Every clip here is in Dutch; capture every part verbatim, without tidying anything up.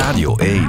Radio één.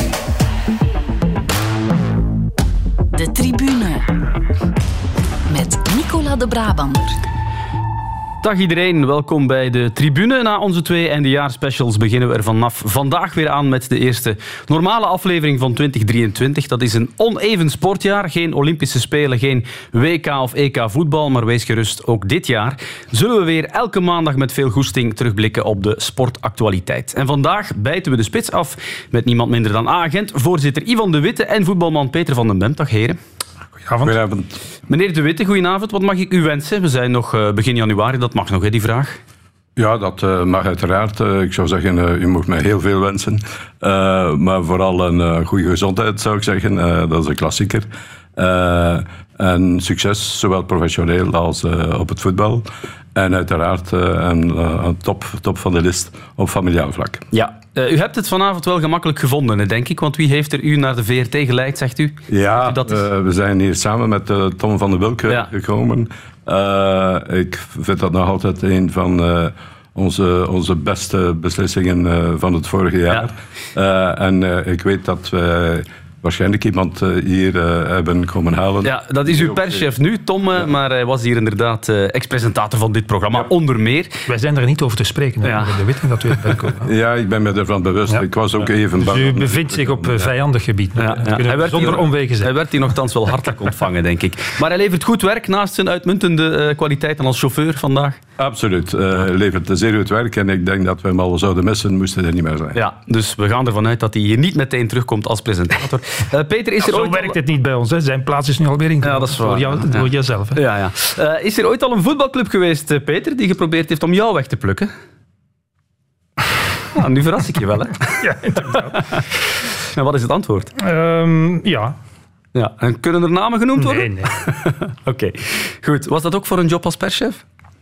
De Tribune. Met Nicola de Brabander. Dag iedereen, welkom bij de Tribune. Na onze twee eindejaarsspecials beginnen we er vanaf vandaag weer aan met de eerste normale aflevering van twintig drieëntwintig. Dat is een oneven sportjaar, geen Olympische Spelen, geen W K of E K voetbal, maar wees gerust, ook dit jaar zullen we weer elke maandag met veel goesting terugblikken op de sportactualiteit. En vandaag bijten we de spits af met niemand minder dan agent, voorzitter Ivan de Witte en voetbalman Peter van den Bem. Dag heren. Goedenavond. Goedenavond. Meneer de Witte, goedenavond. Wat mag ik u wensen? We zijn nog uh, begin januari, dat mag nog, hè, die vraag. Ja, dat uh, mag uiteraard. Uh, ik zou zeggen, uh, u mag mij heel veel wensen. Uh, maar vooral een uh, goede gezondheid, zou ik zeggen. Uh, dat is een klassieker. Uh, en succes, zowel professioneel als uh, op het voetbal. En uiteraard uh, een, uh, een top, top van de list op familiaal vlak. Ja, uh, u hebt het vanavond wel gemakkelijk gevonden, denk ik. Want wie heeft er u naar de V R T geleid, zegt u? Ja, dat is... uh, we zijn hier samen met uh, Tom van den Bulke ja. gekomen. Uh, ik vind dat nog altijd een van uh, onze, onze beste beslissingen uh, van het vorige jaar. Ja. Uh, en uh, ik weet dat wij waarschijnlijk iemand hier uh, hebben komen halen. Ja, dat is uw perschef nu, Tom, ja. maar hij was hier inderdaad uh, ex-presentator van dit programma, ja. onder meer. Wij zijn er niet over te spreken, ja. de Witte dat u het Ja, ik ben me ervan bewust. Ja. Ik was ook ja. even bang. Dus u bevindt zich op uh, vijandig gebied. Ja. Ja. Ja. Hij werd zonder hier, omwegen zijn. Hij werd hier nogthans wel hartelijk ontvangen, denk ik. Maar hij levert goed werk naast zijn uitmuntende uh, kwaliteiten als chauffeur vandaag. Absoluut. Uh, hij levert zeer goed werk en ik denk dat we hem al zouden missen, moesten er niet meer zijn. Ja, dus we gaan ervan uit dat hij hier niet meteen terugkomt als presentator. Uh, Peter, is ja, er zo ooit werkt al... het niet bij ons. Hè. Zijn plaats is nu alweer ingenomen. Ja, dat is waar. Door, jou, ja. door jezelf. Hè. Ja, ja. Uh, is er ooit al een voetbalclub geweest, uh, Peter, die geprobeerd heeft om jou weg te plukken? Nou, nu verras ik je wel, hè? Ja, inderdaad. En wat is het antwoord? Um, ja. Ja. En kunnen er namen genoemd worden? Nee, nee. Oké. Okay. Goed. Was dat ook voor een job als perschef?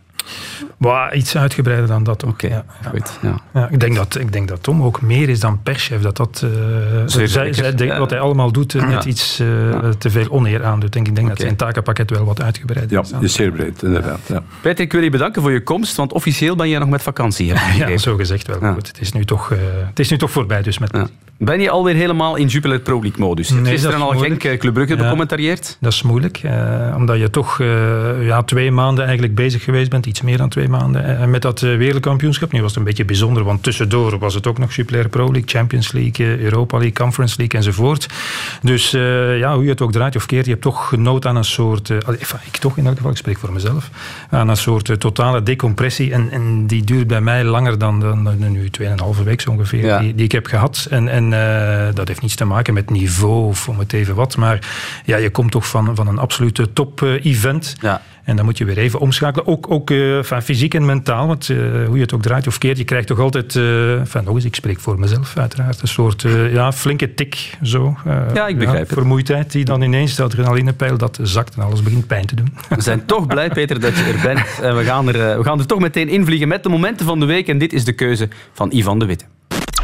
Well, iets uitgebreider dan dat ook. Oké, okay, ja. goed. Ja. Ja, ik, denk dat, ik denk dat Tom ook meer is dan perschef. Dat dat, uh, zij, zij, de, wat hij allemaal doet, uh, net ja. iets uh, ja. te veel oneer aandoet. Ik denk okay. dat zijn takenpakket wel wat uitgebreider is. Ja, is zeer breed, inderdaad. Ja. Peter, ik wil je bedanken voor je komst, want officieel ben je nog met vakantie. Hè? Ja, zo gezegd wel. Ja. Goed. Het, is nu toch, uh, het is nu toch voorbij, dus met ja. Ben je alweer helemaal in Jupiler Pro League modus? Nee, gisteren al Genk Club Brugge ja, becommentarieerd? Dat is moeilijk, uh, omdat je toch uh, ja, twee maanden eigenlijk bezig geweest bent, iets meer dan twee maanden, uh, met dat uh, wereldkampioenschap. Nu was het een beetje bijzonder, want tussendoor was het ook nog Jupiler Pro League, Champions League, uh, Europa League, Conference League enzovoort. Dus uh, ja, hoe je het ook draait of keert, je hebt toch genood aan een soort, uh, enfin, ik toch in elk geval, ik spreek voor mezelf, aan een soort uh, totale decompressie en, en die duurt bij mij langer dan, dan, dan nu tweeënhalve week zo ongeveer, ja. die, die ik heb gehad. En, en Uh, dat heeft niets te maken met niveau of om het even wat. Maar ja, je komt toch van, van een absolute top-event. Uh, ja. En dan moet je weer even omschakelen. Ook, ook uh, enfin, fysiek en mentaal. Want uh, hoe je het ook draait of keert, je krijgt toch altijd... Uh, enfin, nog eens, ik spreek voor mezelf uiteraard. Een soort uh, ja, flinke tik. Zo. Uh, ja, ik begrijp ja, het. Vermoeidheid die dan ineens, de adrenalinepeil, dat zakt en alles begint pijn te doen. We zijn toch blij, Peter, dat je er bent. En we gaan er, uh, we gaan er toch meteen invliegen met de momenten van de week. En dit is de keuze van Ivan de Witte.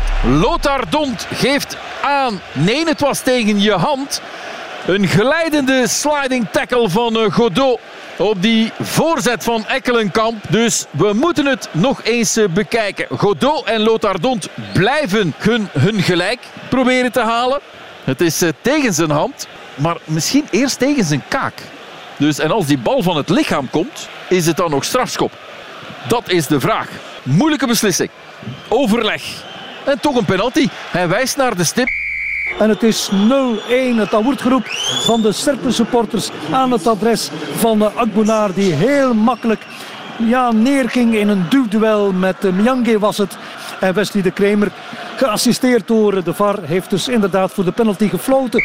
Lothar Dont geeft aan. Nee, het was tegen je hand. Een glijdende sliding tackle van Godot op die voorzet van Ekkelenkamp. Dus we moeten het nog eens bekijken. Godot en Lothar Dont blijven hun, hun gelijk proberen te halen. Het is tegen zijn hand, maar misschien eerst tegen zijn kaak. Dus, en als die bal van het lichaam komt, is het dan nog strafschop? Dat is de vraag. Moeilijke beslissing. Overleg. En toch een penalty. Hij wijst naar de stip. En het is nul-een. Het awoordgroep van de Serpe supporters aan het adres van Akbunar, die heel makkelijk ja, neerging in een duwduel met Myange was het. En Wesley de Kremer, geassisteerd door de V A R, heeft dus inderdaad voor de penalty gefloten.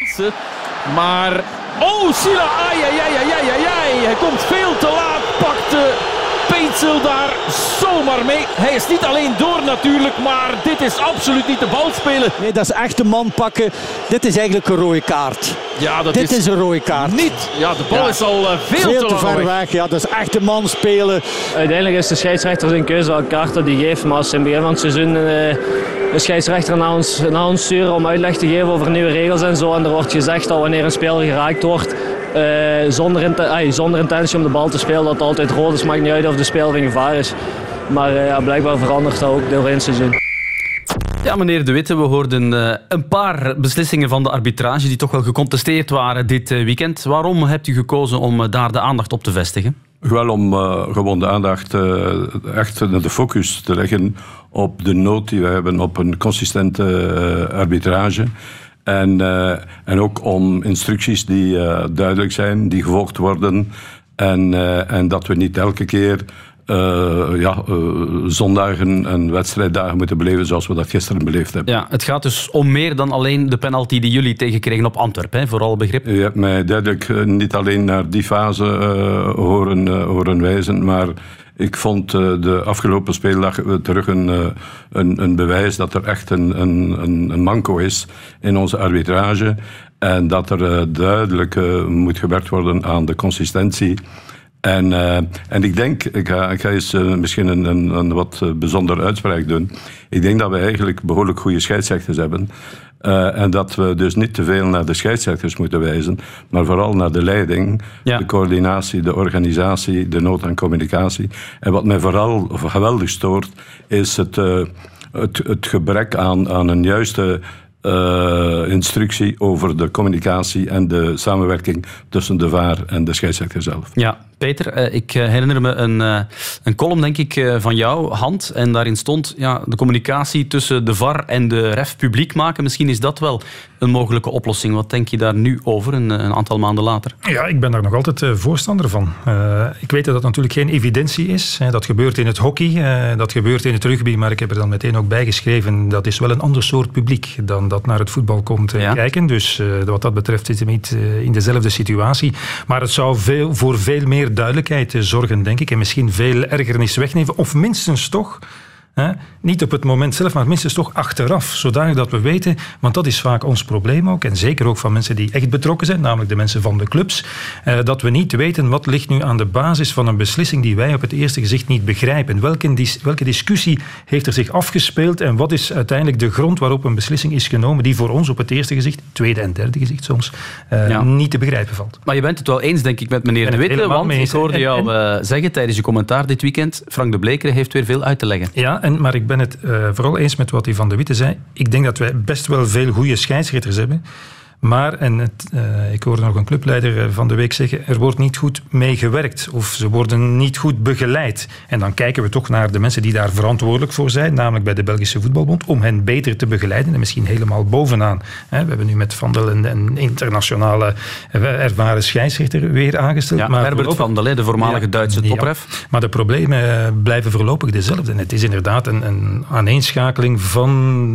Maar, oh Sila, ai, ai, ai, ai, ai, ai. Hij komt veel te laat, pakt Peetzel daar zomaar mee. Hij is niet alleen door natuurlijk, maar dit is absoluut niet de bal spelen. Nee, dat is echt de man pakken. Dit is eigenlijk een rode kaart. Ja, dat dit is, is een rode kaart. Niet. Ja, de bal ja. is al uh, veel, veel te, te ver weg. weg. Ja, dat is echt de man spelen. Uiteindelijk is de scheidsrechter zijn keuze welke kaarten die geeft. Maar als in het begin van het seizoen uh, een scheidsrechter naar ons, naar ons sturen om uitleg te geven over nieuwe regels en zo. En er wordt gezegd dat wanneer een speler geraakt wordt, Uh, zonder, inten- ay, zonder intentie om de bal te spelen, dat het altijd rood is, maakt niet uit of de speler in gevaar is. Maar uh, ja, blijkbaar verandert dat ook doorheen het seizoen. Ja, meneer De Witte, we hoorden uh, een paar beslissingen van de arbitrage die toch wel gecontesteerd waren dit uh, weekend. Waarom hebt u gekozen om uh, daar de aandacht op te vestigen? Wel om uh, gewoon de aandacht uh, echt de focus te leggen op de nood die we hebben op een consistente uh, arbitrage. En, uh, en ook om instructies die uh, duidelijk zijn, die gevolgd worden. En, uh, en dat we niet elke keer uh, ja, uh, zondagen en wedstrijddagen moeten beleven zoals we dat gisteren beleefd hebben. Ja, het gaat dus om meer dan alleen de penalty die jullie tegenkregen op Antwerpen, hè, voor alle begrip. U hebt mij duidelijk uh, niet alleen naar die fase uh, horen, uh, horen wijzen, maar ik vond uh, de afgelopen speeldag terug een, uh, een, een bewijs dat er echt een, een, een manco is in onze arbitrage. En dat er uh, duidelijk uh, moet gewerkt worden aan de consistentie. En, uh, en ik denk, ik ga, ik ga eens uh, misschien een, een, een wat uh, bijzondere uitspraak doen. Ik denk dat we eigenlijk behoorlijk goede scheidsrechters hebben. Uh, en dat we dus niet te veel naar de scheidsrechters moeten wijzen, maar vooral naar de leiding, ja. de coördinatie, de organisatie, de nood aan communicatie. En wat mij vooral geweldig stoort, is het, uh, het, het gebrek aan, aan een juiste Uh, instructie over de communicatie en de samenwerking tussen de V A R en de scheidsrechter zelf. Ja, Peter, uh, ik herinner me een, uh, een column, denk ik, uh, van jouw hand. En daarin stond ja, de communicatie tussen de V A R en de ref publiek maken. Misschien is dat wel een mogelijke oplossing. Wat denk je daar nu over, een, een aantal maanden later? Ja, ik ben daar nog altijd uh, voorstander van. Uh, ik weet dat dat natuurlijk geen evidentie is. Hè. Dat gebeurt in het hockey, uh, dat gebeurt in het rugby, maar ik heb er dan meteen ook bij geschreven, dat is wel een ander soort publiek dan dat naar het voetbal komt uh, ja. kijken. Dus uh, wat dat betreft zitten we niet uh, in dezelfde situatie. Maar het zou veel, voor veel meer duidelijkheid uh, zorgen, denk ik. En misschien veel ergernis wegnemen. Of minstens toch, hè, niet op het moment zelf, maar minstens toch achteraf. Zodanig dat we weten, want dat is vaak ons probleem ook. En zeker ook van mensen die echt betrokken zijn, namelijk de mensen van de clubs. Uh, dat we niet weten wat ligt nu aan de basis van een beslissing die wij op het eerste gezicht niet begrijpen. Welke, dis- welke discussie heeft er zich afgespeeld en wat is uiteindelijk de grond waarop een beslissing is genomen die voor ons op het eerste gezicht, tweede en derde gezicht soms, uh, ja. niet te begrijpen valt. Maar je bent het wel eens, denk ik, met meneer De Witte, want ik hoorde en, jou en, uh, zeggen tijdens je commentaar dit weekend, Frank de Bleker heeft weer veel uit te leggen. Ja, en, maar ik ben het uh, vooral eens met wat hij van De Witte zei. Ik denk dat wij best wel veel goede scheidsrechters hebben. Maar, en het, uh, ik hoorde nog een clubleider van de week zeggen, er wordt niet goed mee gewerkt of ze worden niet goed begeleid. En dan kijken we toch naar de mensen die daar verantwoordelijk voor zijn, namelijk bij de Belgische Voetbalbond, om hen beter te begeleiden en misschien helemaal bovenaan. We hebben nu met Van Del een, een internationale ervaren scheidsrechter weer aangesteld. Ja, maar Herbert voorlopig, Van Del, de voormalige ja, Duitse topref. Ja, maar de problemen blijven voorlopig dezelfde. En het is inderdaad een, een aaneenschakeling van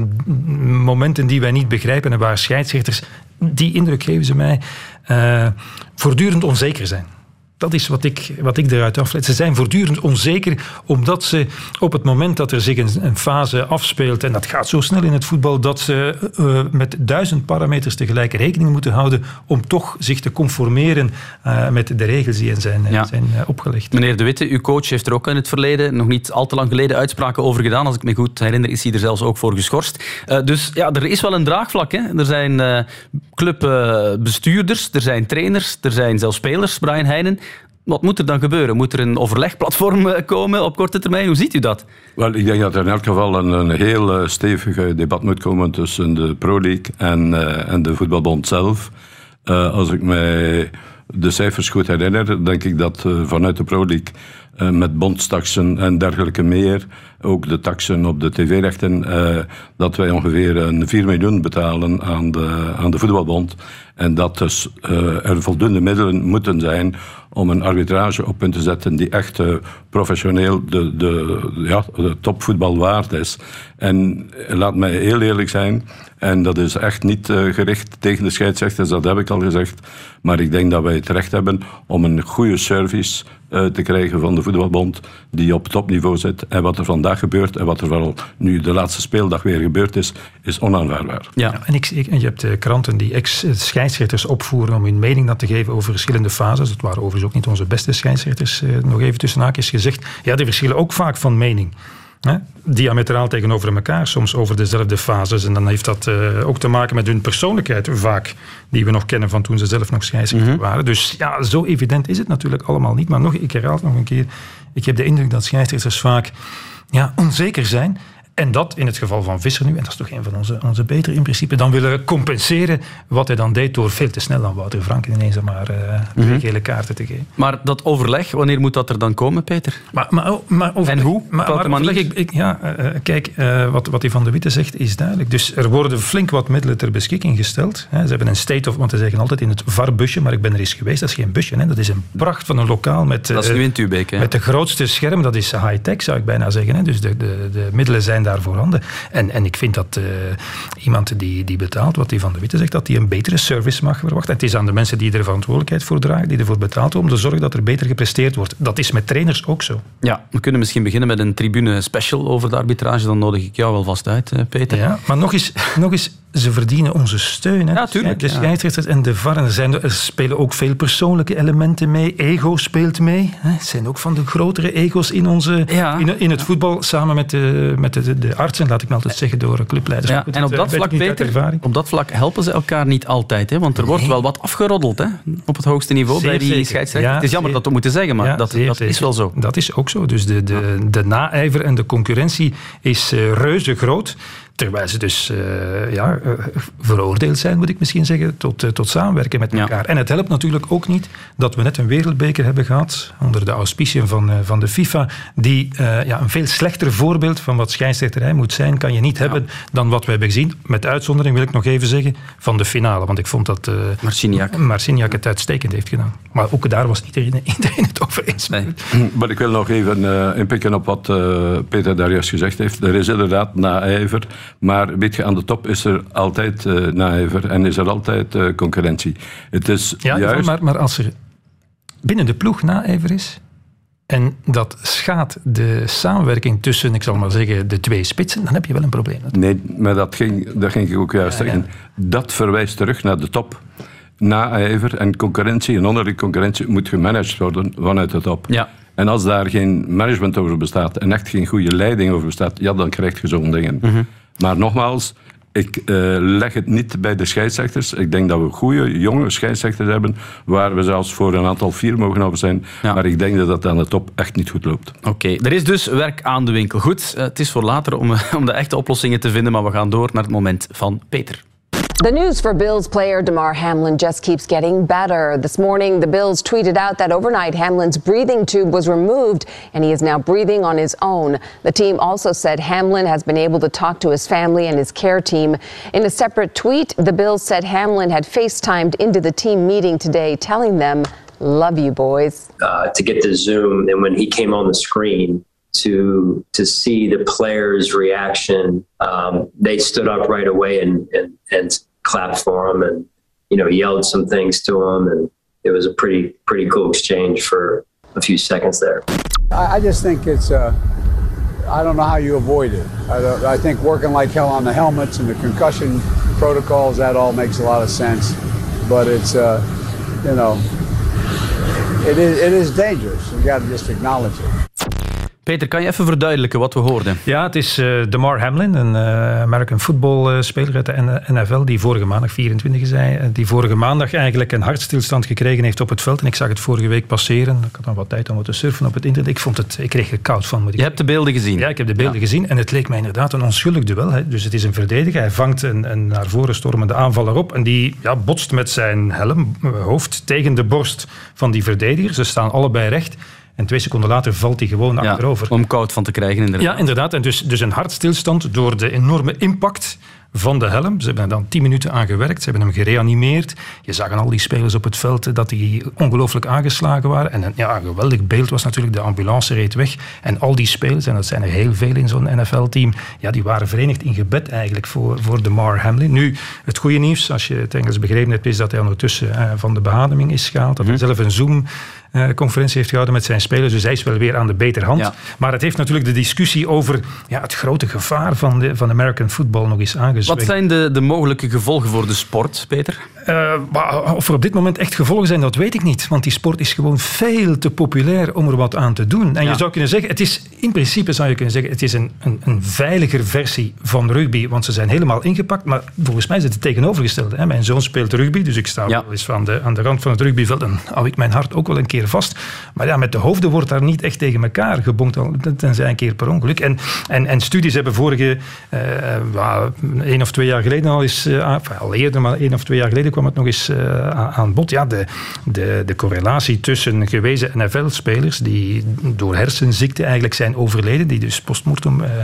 momenten die wij niet begrijpen en waar scheidsrechters, die indruk geven ze mij, uh, voortdurend onzeker zijn. Dat is wat ik, wat ik eruit afleid. Ze zijn voortdurend onzeker omdat ze op het moment dat er zich een, een fase afspeelt, en dat gaat zo snel in het voetbal, dat ze uh, met duizend parameters tegelijk rekening moeten houden om toch zich te conformeren uh, met de regels die hen zijn, ja. zijn uh, opgelegd. Meneer De Witte, uw coach heeft er ook in het verleden, nog niet al te lang geleden, uitspraken over gedaan. Als ik me goed herinner, is hij er zelfs ook voor geschorst. Uh, dus ja, er is wel een draagvlak. Hè? Er zijn uh, clubbestuurders, uh, er zijn trainers, er zijn zelfs spelers, Brian Heijnen. Wat moet er dan gebeuren? Moet er een overlegplatform komen op korte termijn? Hoe ziet u dat? Wel, ik denk dat er in elk geval een, een heel uh, stevig debat moet komen tussen de Pro League en, uh, en de Voetbalbond zelf. Uh, als ik mij de cijfers goed herinner, denk ik dat uh, vanuit de Pro League uh, met bondstaxen en dergelijke meer, ook de taxen op de tv-rechten, uh, dat wij ongeveer een vier miljoen betalen aan de, aan de Voetbalbond. En dat dus uh, er voldoende middelen moeten zijn om een arbitrage op punt te zetten die echt uh, professioneel de, de, ja, de topvoetbal waard is. En laat mij heel eerlijk zijn, en dat is echt niet uh, gericht tegen de scheidsrechters, dat heb ik al gezegd, maar ik denk dat wij het recht hebben om een goede service uh, te krijgen van de Voetbalbond die op topniveau zit. En wat er vandaag gebeurt en wat er vooral nu de laatste speeldag weer gebeurd is, is onaanvaardbaar. Ja, ja en, ik, ik, en je hebt uh, kranten die ex-scheidsrechters opvoeren om hun mening dat te geven over verschillende fases. Dat waren overigens ook niet onze beste scheidsrechters, uh, nog even tussen haakjes gezegd. Ja, die verschillen ook vaak van mening. Hè? Diametraal tegenover elkaar, soms over dezelfde fases. En dan heeft dat uh, ook te maken met hun persoonlijkheid vaak, die we nog kennen van toen ze zelf nog scheidsrechter mm-hmm. waren. Dus ja, zo evident is het natuurlijk allemaal niet. Maar nog, ik herhaal het nog een keer, ik heb de indruk dat scheidsrechters vaak ja, onzeker zijn. En dat in het geval van Visser nu, en dat is toch een van onze, onze betere in principe, dan willen compenseren wat hij dan deed door veel te snel aan Wouter Frank ineens maar uh, twee mm-hmm. gele kaarten te geven. Maar dat overleg, wanneer moet dat er dan komen, Peter? Maar, maar, maar overleg, en hoe? Maar, maar overleg, ik, ik, ja, uh, kijk, uh, wat, wat die Van de Witte zegt is duidelijk. Dus er worden flink wat middelen ter beschikking gesteld. Hè. Ze hebben een state of, want ze zeggen altijd in het V A R-busje, maar ik ben er eens geweest, dat is geen busje, hè. Dat is een pracht van een lokaal met, dat is nu in Tubeek, hè? Met de grootste scherm, dat is high-tech, zou ik bijna zeggen. Hè. Dus de, de, de middelen zijn daar voorhanden. En, en ik vind dat uh, iemand die, die betaalt, wat die Van de Witte zegt, dat die een betere service mag verwachten. En het is aan de mensen die er verantwoordelijkheid voor dragen, die ervoor betaald worden, om te zorgen dat er beter gepresteerd wordt. Dat is met trainers ook zo. Ja, we kunnen misschien beginnen met een tribune special over de arbitrage. Dan nodig ik jou wel vast uit, Peter. Ja, maar nog eens, nog eens ze verdienen onze steun. Hè. Ja, tuurlijk. De scheidsrechters ja. en de V A R. Er, zijn, er spelen ook veel persoonlijke elementen mee. Ego speelt mee. Het zijn ook van de grotere ego's in, onze, ja. in, in het voetbal, samen met de, met de, de artsen, laat ik me altijd zeggen, door clubleiders. Ja, en op dat vlak, Peter, op dat vlak helpen ze elkaar niet altijd. Hè? Want er wordt nee. wel wat afgeroddeld, hè? Op het hoogste niveau zeer bij die scheidsrechters. Ja, het is jammer zeer. dat we moeten zeggen, maar ja, dat, dat is wel zo. Dat is ook zo. Dus de, de, de naijver en de concurrentie is uh, reuze groot. Terwijl ze dus uh, ja, uh, veroordeeld zijn, moet ik misschien zeggen, tot, uh, tot samenwerken met elkaar. Ja. En het helpt natuurlijk ook niet dat we net een wereldbeker hebben gehad, onder de auspiciën van, uh, van de FIFA, die uh, ja, een veel slechter voorbeeld van wat scheidsrechterij moet zijn, kan je niet ja. hebben dan wat we hebben gezien. Met uitzondering, wil ik nog even zeggen, van de finale. Want ik vond dat uh, Marciniak. Marciniak het uitstekend heeft gedaan. Maar ook daar was iedereen, iedereen het over eens. Nee. Maar ik wil nog even uh, inpikken op wat uh, Peter daar juist gezegd heeft. Er is inderdaad naijver. Maar weet je, aan de top is er altijd uh, naijver en is er altijd uh, concurrentie. Het is ja, juist... maar, maar als er binnen de ploeg naijver is en dat schaadt de samenwerking tussen, ik zal maar zeggen, de twee spitsen, dan heb je wel een probleem. Nee, maar dat ging, dat ging ik ook juist ja, zeggen. Ja. Dat verwijst terug naar de top. Naijver en concurrentie en onder die concurrentie moet gemanaged worden vanuit de top. Ja. En als daar geen management over bestaat en echt geen goede leiding over bestaat, ja, dan krijg je zo'n dingen. Mm-hmm. Maar nogmaals, ik uh, leg het niet bij de scheidsrechters. Ik denk dat we goede, jonge scheidsrechters hebben, waar we zelfs voor een aantal vier mogen over zijn. Ja. Maar ik denk dat dat aan de top echt niet goed loopt. Oké, okay. Er is dus werk aan de winkel. Goed, uh, het is voor later om, om de echte oplossingen te vinden, maar we gaan door naar het moment van Peter. The news for Bills player Damar Hamlin just keeps getting better. This morning, the Bills tweeted out that overnight Hamlin's breathing tube was removed and he is now breathing on his own. The team also said Hamlin has been able to talk to his family and his care team. In a separate tweet, the Bills said Hamlin had FaceTimed into the team meeting today, telling them, "Love you, boys." Uh, to get the Zoom, and when he came on the screen, to to see the players' reaction, um, they stood up right away and, and and clapped for him, and you know, yelled some things to him, and it was a pretty pretty cool exchange for a few seconds there. I, I just think it's uh, I don't know how you avoid it. I, I think working like hell on the helmets and the concussion protocols, that all makes a lot of sense, but it's uh, you know, it is it is dangerous. You got to just acknowledge it. Peter, kan je even verduidelijken wat we hoorden? Ja, het is uh, Damar Hamlin, een uh, American football speler uit de N F L, die vorige maandag, vierentwintig is hij, die vorige maandag eigenlijk een hartstilstand gekregen heeft op het veld. En ik zag het vorige week passeren. Ik had dan wat tijd om te surfen op het internet. Ik vond het, ik kreeg er koud van. Moet ik je hebt de beelden gezien? Ja, ik heb de beelden ja. gezien. En het leek mij inderdaad een onschuldig duel. Hè. Dus het is een verdediger. Hij vangt een, een naar voren stormende aanvaller op. En die ja, botst met zijn helm, hoofd, tegen de borst van die verdediger. Ze staan allebei recht. En twee seconden later valt hij gewoon ja, achterover. Om koud van te krijgen, inderdaad. Ja, inderdaad. En dus, dus een hartstilstand door de enorme impact van de helm. Ze hebben er dan tien minuten aan gewerkt. Ze hebben hem gereanimeerd. Je zag aan al die spelers op het veld dat die ongelooflijk aangeslagen waren. En een, ja, een geweldig beeld was natuurlijk, de ambulance reed weg. En al die spelers, en dat zijn er heel veel in zo'n N F L-team, ja, die waren verenigd in gebed eigenlijk voor, voor Damar Hamlin. Nu, het goede nieuws, als je het Engels begrepen hebt, is dat hij ondertussen uh, van de beademing is gehaald. Dat hij zelf een Zoom Uh, conferentie heeft gehouden met zijn spelers. Dus hij is wel weer aan de beterhand. Ja. Maar het heeft natuurlijk de discussie over ja, het grote gevaar van, de, van American football nog eens aangezwengd. Wat zijn de, de mogelijke gevolgen voor de sport, Peter? Uh, maar of er op dit moment echt gevolgen zijn, dat weet ik niet. Want die sport is gewoon veel te populair om er wat aan te doen. En ja. je zou kunnen zeggen, het is, in principe zou je kunnen zeggen, het is een, een, een veiliger versie van rugby. Want ze zijn helemaal ingepakt. Maar volgens mij is het het tegenovergestelde. Hè? Mijn zoon speelt rugby, dus ik sta ja. wel eens aan de, aan de rand van het rugbyveld en hou ik mijn hart ook wel een keer vast. Maar ja, met de hoofden wordt daar niet echt tegen elkaar gebonkt, tenzij een keer per ongeluk. En, en, en studies hebben vorige, uh, well, één of twee jaar geleden al eens, uh, enfin, al eerder, maar één of twee jaar geleden kwam het nog eens uh, aan bod. Ja, de, de, de correlatie tussen gewezen N F L-spelers die door hersenziekte eigenlijk zijn overleden, die dus postmortem, uh,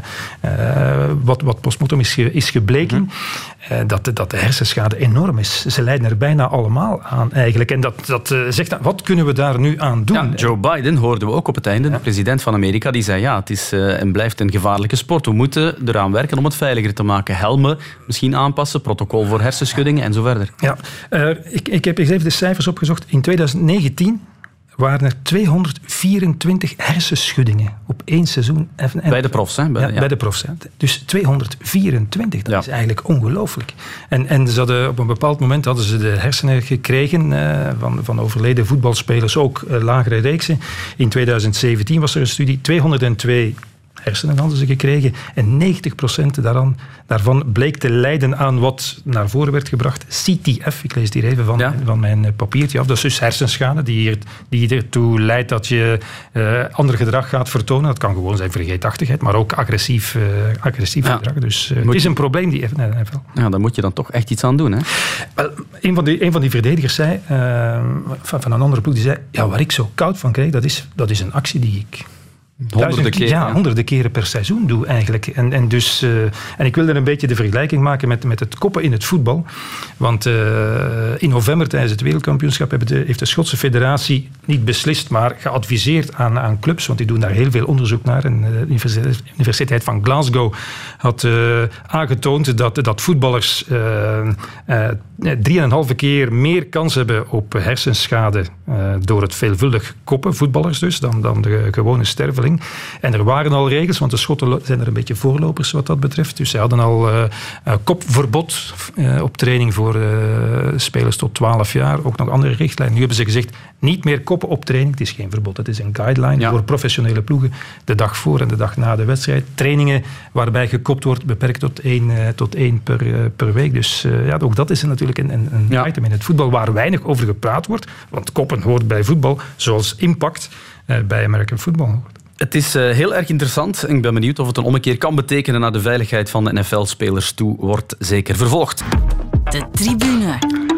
uh, wat, wat postmortem is, ge, is gebleken, mm-hmm. uh, dat, dat de hersenschade enorm is. Ze lijden er bijna allemaal aan eigenlijk. En dat, dat uh, zegt, wat kunnen we daar nu aan doen? Ja, Joe Biden hoorden we ook op het einde, ja. de president van Amerika, die zei ja, het is uh, en blijft een gevaarlijke sport. We moeten eraan werken om het veiliger te maken. Helmen misschien aanpassen, protocol voor hersenschuddingen en zo verder. Ja, uh, ik, ik heb eens even de cijfers opgezocht. In twintig negentien waren er tweehonderdvierentwintig hersenschuddingen op één seizoen. Bij de profs, hè? Bij, ja, ja. bij de profs. Hè. Dus tweehonderdvierentwintig, dat ja. is eigenlijk ongelooflijk. En, en ze hadden, op een bepaald moment hadden ze de hersenen gekregen uh, van, van overleden voetbalspelers, ook uh, lagere reeksen. In twintig zeventien was er een studie, tweehonderdtwee hersenen hadden ze gekregen en negentig procent daarvan, daarvan bleek te lijden aan wat naar voren werd gebracht. C T F, ik lees het hier even van, ja. van mijn papiertje af. Dat is dus hersenschade die, die ertoe leidt dat je uh, ander gedrag gaat vertonen. Dat kan gewoon zijn vergeetachtigheid, maar ook agressief, uh, agressief ja. gedrag. Dus uh, het is een probleem, die N F L. Ja, daar moet je dan toch echt iets aan doen, hè? Wel, een, van die, een van die verdedigers zei, uh, van, van een andere ploeg, die zei, ja, waar ik zo koud van kreeg, dat is, dat is een actie die ik... Honderden keren. Ja, honderden keren per seizoen doe eigenlijk. En, en, dus, uh, en ik wilde een beetje de vergelijking maken met, met het koppen in het voetbal. Want uh, in november tijdens het wereldkampioenschap heeft de, heeft de Schotse federatie niet beslist, maar geadviseerd aan, aan clubs, want die doen daar heel veel onderzoek naar. En de Universiteit, Universiteit van Glasgow had uh, aangetoond dat, dat voetballers uh, uh, drieënhalve keer meer kans hebben op hersenschade uh, door het veelvuldig koppen, voetballers dus, dan, dan de gewone sterveling. En er waren al regels, want de Schotten zijn er een beetje voorlopers wat dat betreft. Dus ze hadden al uh, uh, kopverbod uh, op training voor uh, spelers tot twaalf jaar. Ook nog andere richtlijnen. Nu hebben ze gezegd, niet meer koppen op training. Het is geen verbod, het is een guideline ja. voor professionele ploegen. De dag voor en de dag na de wedstrijd. Trainingen waarbij gekopt wordt, beperkt tot één, uh, tot één per, uh, per week. Dus uh, ja, ook dat is natuurlijk een, een, een ja. item in het voetbal waar weinig over gepraat wordt. Want koppen hoort bij voetbal, zoals impact uh, bij American Football hoort. Het is uh, heel erg interessant. Ik ben benieuwd of het een ommekeer kan betekenen naar de veiligheid van de N F L-spelers toe. Wordt zeker vervolgd. De tribune.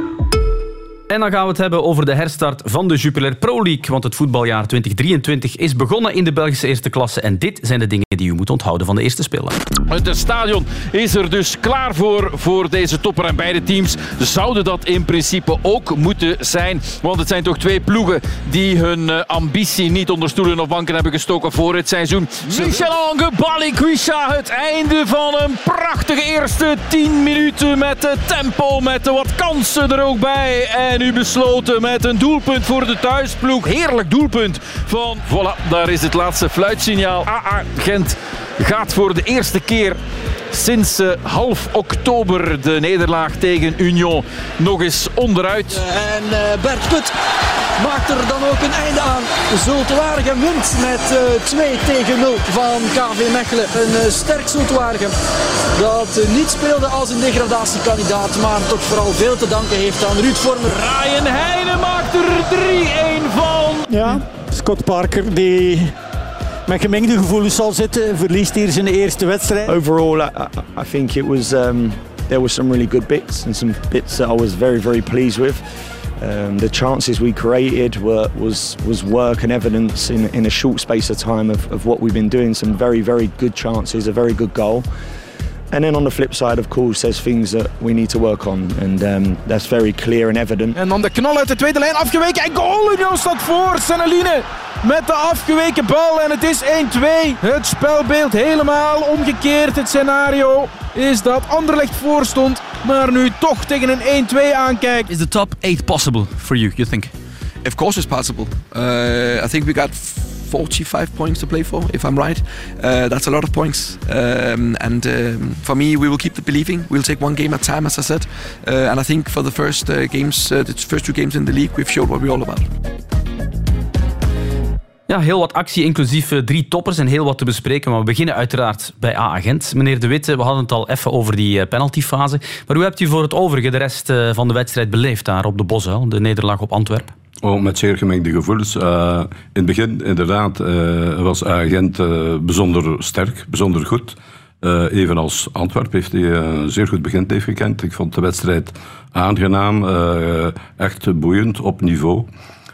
En dan gaan we het hebben over de herstart van de Jupiler Pro League. Want het voetbaljaar twintig drieëntwintig is begonnen in de Belgische eerste klasse. En dit zijn de dingen die u moet onthouden van de eerste spelen. Het stadion is er dus klaar voor, voor deze topper. En beide teams zouden dat in principe ook moeten zijn. Want het zijn toch twee ploegen die hun ambitie niet onder stoelen of banken hebben gestoken voor het seizoen. Michel-Ange Balikwisha, het einde van een prachtige eerste tien minuten met de tempo, met de wat kansen er ook bij. En nu besloten met een doelpunt voor de thuisploeg. Heerlijk doelpunt van, voilà, daar is het laatste fluitsignaal. A A Gent gaat voor de eerste keer sinds uh, half oktober de nederlaag tegen Union nog eens onderuit. En uh, Bert Kut maakt er dan ook een einde aan. Zulte Waregem wint met uh, twee tegen nul van K V Mechelen. Een uh, sterk Zulte Waregem dat uh, niet speelde als een degradatiekandidaat, maar toch vooral veel te danken heeft aan Ruud Vormer. Ryan Heijnen maakt er drie-een van. Ja, Scott Parker die met gemengde gevoelens zal zitten, verliest hier zijn eerste wedstrijd. Overall, I, I think it was um, there were some really good bits and some bits that I was very very pleased with. Um, the chances we created were was was work and evidence in in a short space of time of, of what we've been doing. Some very very good chances, a very good goal. And then on the flip side, of course, there's things that we need to work on. And um, that's very clear and evident. En dan de knal uit de tweede lijn, afgeweken en goal! Union staat voor, Senneline met de afgeweken bal en het is één twee. Het spelbeeld helemaal omgekeerd. Het scenario is dat Anderlecht voor stond, maar nu toch tegen een één twee aankijkt. Is the top eight possible for you, you think? Of course it's possible. Uh, I think we got forty-five points to play for, if I'm right. Uh, that's a lot of points. Um, and um, for me, we will keep the believing. We'll take one game at a time, as I said. Uh, and I think for the first uh, games, uh, the first two games in the league, we've showed what we're all about. Ja, heel wat actie, inclusief drie toppers en heel wat te bespreken. Maar we beginnen uiteraard bij A-Gent. Meneer De Witte, we hadden het al even over die penaltyfase. Maar hoe hebt u voor het overige de rest van de wedstrijd beleefd daar op de Bosuil, de nederlaag op Antwerpen? Oh, met zeer gemengde gevoelens. Uh, in het begin, inderdaad, uh, was A-Gent uh, bijzonder sterk, bijzonder goed. Uh, evenals Antwerpen heeft hij een zeer goed begin heeft gekend. Ik vond de wedstrijd aangenaam, uh, echt boeiend, op niveau.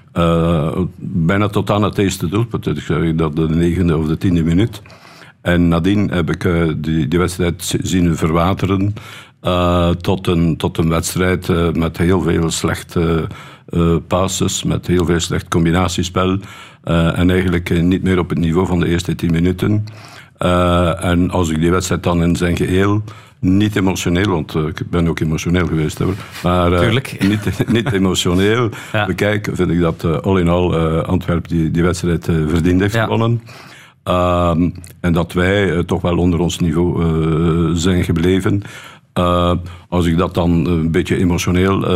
Uh, bijna tot aan het eerste doelpunt. Ik zeg dat de negende of de tiende minuut. En nadien heb ik uh, die, die wedstrijd zien verwateren uh, tot, een, tot een wedstrijd uh, met heel veel slechte uh, passes, met heel veel slecht combinatiespel uh, en eigenlijk uh, niet meer op het niveau van de eerste tien minuten. Uh, en als ik die wedstrijd dan in zijn geheel, niet emotioneel, want uh, ik ben ook emotioneel geweest, hoor, maar uh, niet, niet emotioneel ja. bekijk, vind ik dat uh, all in all uh, Antwerpen die, die wedstrijd uh, verdiend heeft ja. gewonnen. Um, en dat wij uh, toch wel onder ons niveau uh, zijn gebleven. Uh, als ik dat dan een beetje emotioneel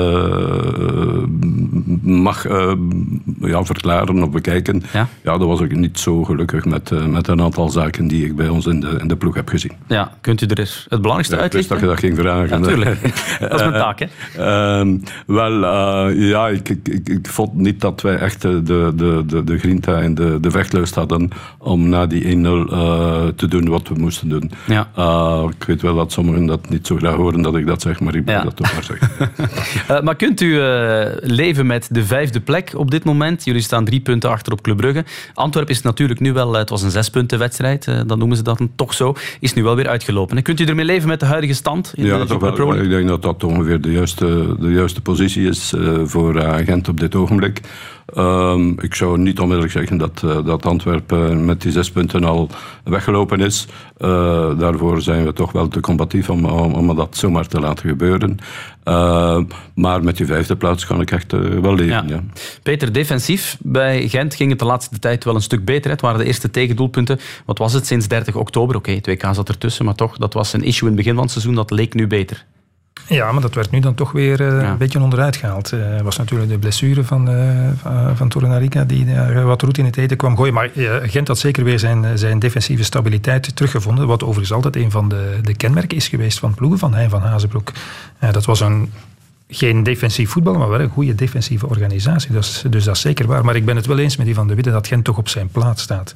uh, mag uh, ja, verklaren of bekijken, ja? ja, dan was ik niet zo gelukkig met, uh, met een aantal zaken die ik bij ons in de, in de ploeg heb gezien. Ja, kunt u er eens het belangrijkste ja, uitlichten? Ik wist dat je dat ging vragen. Natuurlijk, ja, dat is mijn taak, hè? Uh, uh, wel, uh, ja, ik, ik, ik, ik vond niet dat wij echt de, de, de, de grinta en de, de vechtlust hadden om na die één nul uh, te doen wat we moesten doen. Ja. Uh, ik weet wel dat sommigen dat niet zo graag horen dat ik dat zeg, maar ik moet ja. dat toch maar zeggen. uh, maar kunt u uh, leven met de vijfde plek op dit moment? Jullie staan drie punten achter op Club Brugge. Antwerpen is natuurlijk nu wel, het was een zespuntenwedstrijd, uh, dan noemen ze dat toch zo, is nu wel weer uitgelopen. En kunt u ermee leven met de huidige stand in ja, de toch wel. Ik denk dat dat ongeveer de juiste, de juiste positie is uh, voor uh, Gent op dit ogenblik. Um, ik zou niet onmiddellijk zeggen dat, uh, dat Antwerpen met die zes punten al weggelopen is. Uh, daarvoor zijn we toch wel te combatief om, om, om dat zomaar te laten gebeuren. Uh, maar met die vijfde plaats kan ik echt uh, wel leven. Ja. Ja. Peter, defensief bij Gent ging het de laatste tijd wel een stuk beter. Het waren de eerste tegendoelpunten. Wat was het sinds dertig oktober? Oké, okay, twee K zat ertussen, maar toch, dat was een issue in het begin van het seizoen. Dat leek nu beter. Ja, maar dat werd nu dan toch weer uh, ja. een beetje onderuit gehaald. Het uh, was natuurlijk de blessure van, uh, van, van Torunarigha die uh, wat roet in het eten kwam gooien. Maar uh, Gent had zeker weer zijn, zijn defensieve stabiliteit teruggevonden. Wat overigens altijd een van de, de kenmerken is geweest van ploegen van Hein van Hazenbroek. Uh, dat was een, geen defensief voetbal, maar wel een goede defensieve organisatie. Dus, dus dat is zeker waar. Maar ik ben het wel eens met die Van de Witte dat Gent toch op zijn plaats staat.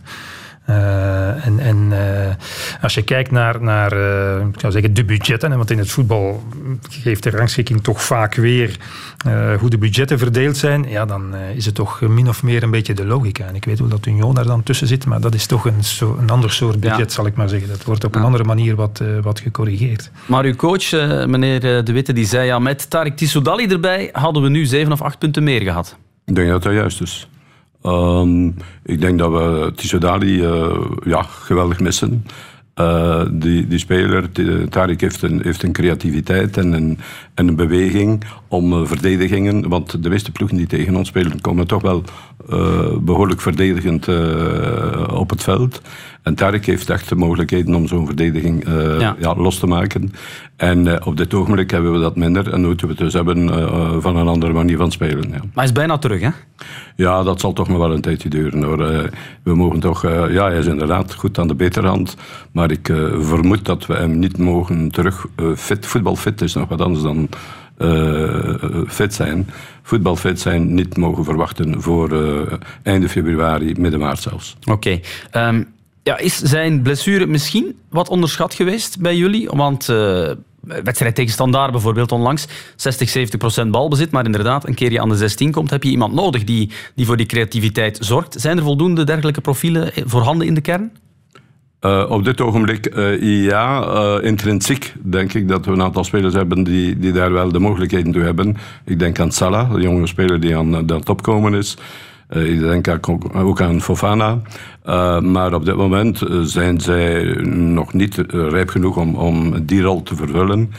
Uh, en en uh, als je kijkt naar, naar uh, ik zou zeggen de budgetten, hè, want in het voetbal geeft de rangschikking toch vaak weer uh, hoe de budgetten verdeeld zijn, ja, dan uh, is het toch min of meer een beetje de logica. En ik weet wel dat Union daar dan tussen zit, maar dat is toch een, zo, een ander soort budget, ja. zal ik maar zeggen. Dat wordt op een ja. andere manier wat, uh, wat gecorrigeerd. Maar uw coach, uh, meneer De Witte, die zei ja, met Tariq Tissoudali erbij hadden we nu zeven of acht punten meer gehad. Ik denk dat dat juist is. Um, ik denk dat we Tissoudali uh, ja, geweldig missen. Uh, die, die speler, Tariq heeft een, heeft een creativiteit en een, en een beweging om uh, verdedigingen, want de meeste ploegen die tegen ons spelen komen toch wel uh, behoorlijk verdedigend uh, op het veld. En Tariq heeft echt de mogelijkheden om zo'n verdediging uh, ja. Ja, los te maken. En uh, op dit ogenblik hebben we dat minder en moeten we het dus hebben uh, van een andere manier van spelen. Ja. Maar hij is bijna terug, hè? Ja, dat zal toch nog wel een tijdje duren, hoor. Uh, we mogen toch... Uh, ja, hij is inderdaad goed aan de betere hand, maar ik uh, vermoed dat we hem niet mogen terug... Uh, fit, voetbalfit is nog wat anders dan... Uh, fit zijn, voetbalfit zijn, niet mogen verwachten voor uh, einde februari, midden maart zelfs. Oké. Okay. Um, ja, is zijn blessure misschien wat onderschat geweest bij jullie? Want uh, wedstrijd tegen Standaard bijvoorbeeld onlangs, zestig, zeventig procent balbezit, maar inderdaad, een keer je aan de zestien komt, heb je iemand nodig die, die voor die creativiteit zorgt. Zijn er voldoende dergelijke profielen voorhanden in de kern? Uh, op dit ogenblik, uh, ja, uh, intrinsiek denk ik dat we een aantal spelers hebben die, die daar wel de mogelijkheden toe hebben. Ik denk aan Salah, de jonge speler die aan de top komen is. Uh, ik denk ook aan Fofana. Uh, maar op dit moment zijn zij nog niet uh, rijp genoeg om, om die rol te vervullen.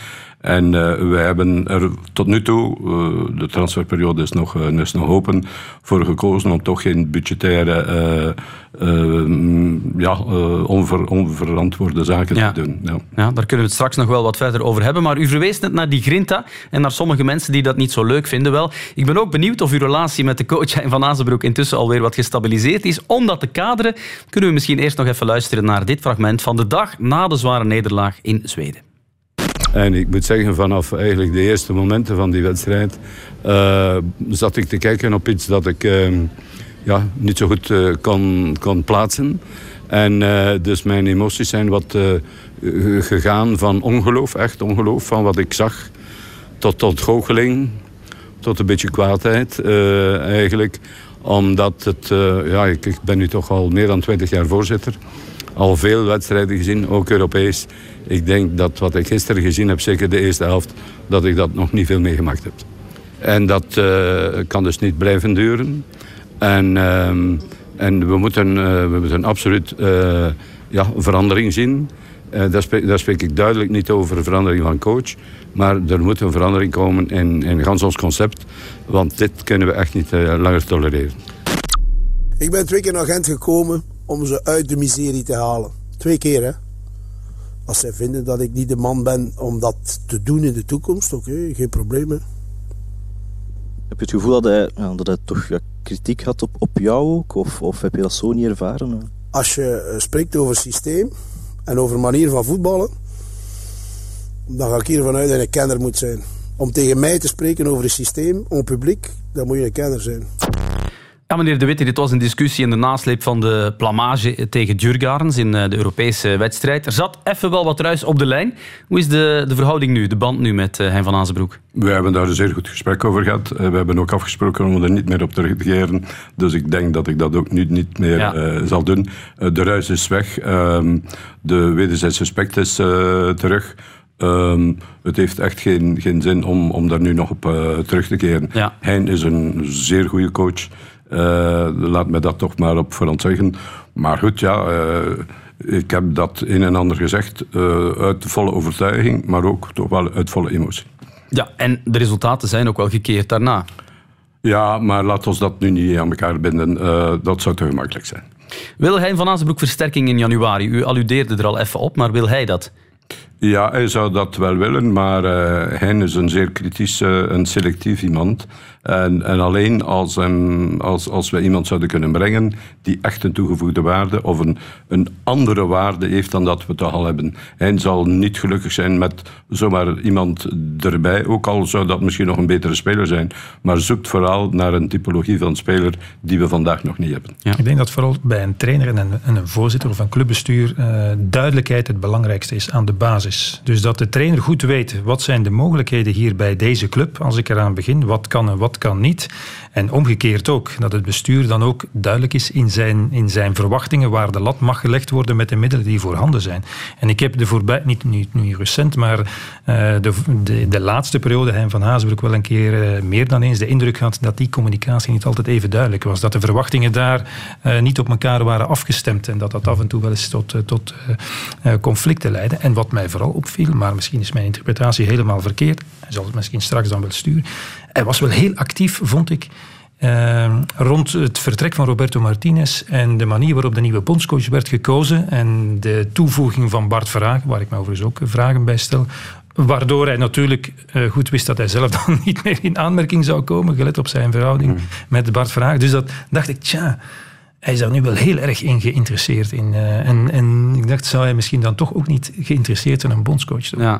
En uh, wij hebben er tot nu toe, uh, de transferperiode is nog, uh, is nog open, voor gekozen om toch geen budgettaire, uh, uh, ja, uh, onver, onverantwoorde zaken ja. te doen. Ja. Ja, daar kunnen we het straks nog wel wat verder over hebben. Maar u verwees net naar die grinta en naar sommige mensen die dat niet zo leuk vinden. Wel, ik ben ook benieuwd of uw relatie met de coach Hein van Azenbroek intussen alweer wat gestabiliseerd is. Om dat te kaderen, kunnen we misschien eerst nog even luisteren naar dit fragment van de dag na de zware nederlaag in Zweden. En ik moet zeggen, vanaf eigenlijk de eerste momenten van die wedstrijd uh, zat ik te kijken op iets dat ik uh, ja, niet zo goed uh, kon, kon plaatsen. En uh, dus mijn emoties zijn wat uh, gegaan van ongeloof, echt ongeloof, van wat ik zag, tot, tot goocheling, tot een beetje kwaadheid uh, eigenlijk. Omdat het, uh, ja, ik, ik ben nu toch al meer dan twintig jaar voorzitter. Al veel wedstrijden gezien, ook Europees. Ik denk dat wat ik gisteren gezien heb, zeker de eerste helft, dat ik dat nog niet veel meegemaakt heb. En dat uh, kan dus niet blijven duren. En, uh, en we, moeten, uh, we moeten absoluut uh, ja, verandering zien. Uh, daar, spreek, daar spreek ik duidelijk niet over verandering van coach. Maar er moet een verandering komen in, in gans ons concept. Want dit kunnen we echt niet uh, langer tolereren. Ik ben twee keer naar Gent gekomen om ze uit de miserie te halen. Twee keer, hè. Als zij vinden dat ik niet de man ben om dat te doen in de toekomst, oké, okay, geen probleem. Hè. Heb je het gevoel dat hij, ja, dat hij toch ja, kritiek had op, op jou ook? Of, of heb je dat zo niet ervaren? Als je uh, spreekt over systeem en over manier van voetballen, dan ga ik hiervan uit dat je een kenner moet zijn. Om tegen mij te spreken over een systeem, on publiek, dan moet je een kenner zijn. Ja, meneer De Witte, dit was een discussie in de nasleep van de blamage tegen Djurgårdens in de Europese wedstrijd. Er zat even wel wat ruis op de lijn. Hoe is de, de verhouding nu, de band nu met Hein van Azenbroek? We hebben daar een zeer goed gesprek over gehad. We hebben ook afgesproken om er niet meer op terug te keren. Dus ik denk dat ik dat ook nu niet meer ja. uh, zal doen. Uh, de ruis is weg. Uh, de wederzijds respect is uh, terug. Um, het heeft echt geen, geen zin om, om daar nu nog op uh, terug te keren. Ja. Hein is een zeer goede coach. Uh, laat me dat toch maar op voorhand zeggen. Maar goed, ja, uh, ik heb dat een en ander gezegd uh, uit volle overtuiging, maar ook toch wel uit volle emotie. Ja, en de resultaten zijn ook wel gekeerd daarna. Ja, maar laat ons dat nu niet aan elkaar binden. Uh, dat zou te gemakkelijk zijn. Wil Hein van Azenbroek versterking in januari? U alludeerde er al even op, maar wil hij dat? Ja, hij zou dat wel willen, maar uh, Hein is een zeer kritisch uh, en selectief iemand. En, en alleen als, um, als, als we iemand zouden kunnen brengen die echt een toegevoegde waarde of een, een andere waarde heeft dan dat we toch al hebben. Hein zal niet gelukkig zijn met zomaar iemand erbij, ook al zou dat misschien nog een betere speler zijn, maar zoekt vooral naar een typologie van speler die we vandaag nog niet hebben. Ja. Ik denk dat vooral bij een trainer en een, en een voorzitter of een clubbestuur uh, duidelijkheid het belangrijkste is aan de basis. Dus dat de trainer goed weet wat zijn de mogelijkheden hier bij deze club als ik eraan begin, wat kan en wat kan niet. En omgekeerd ook, dat het bestuur dan ook duidelijk is in zijn, in zijn verwachtingen waar de lat mag gelegd worden met de middelen die voorhanden zijn. En ik heb de voorbij, niet, niet, niet recent, maar uh, de, de, de laatste periode Hein van Azenbroek wel een keer uh, meer dan eens de indruk had dat die communicatie niet altijd even duidelijk was. Dat de verwachtingen daar uh, niet op elkaar waren afgestemd en dat dat af en toe wel eens tot, uh, tot uh, conflicten leidde. En wat mij vooral opviel, maar misschien is mijn interpretatie helemaal verkeerd, hij zal het misschien straks dan wel sturen, hij was wel heel actief, vond ik, Uh, rond het vertrek van Roberto Martinez en de manier waarop de nieuwe bondscoach werd gekozen en de toevoeging van Bart Verhagen, waar ik me overigens ook vragen bij stel, waardoor hij natuurlijk uh, goed wist dat hij zelf dan niet meer in aanmerking zou komen, gelet op zijn verhouding mm. met Bart Verhagen. Dus dat dacht ik, tja, hij is daar nu wel heel erg in geïnteresseerd in. Uh, en, en ik dacht, zou hij misschien dan toch ook niet geïnteresseerd zijn een bondscoach te worden? Ja.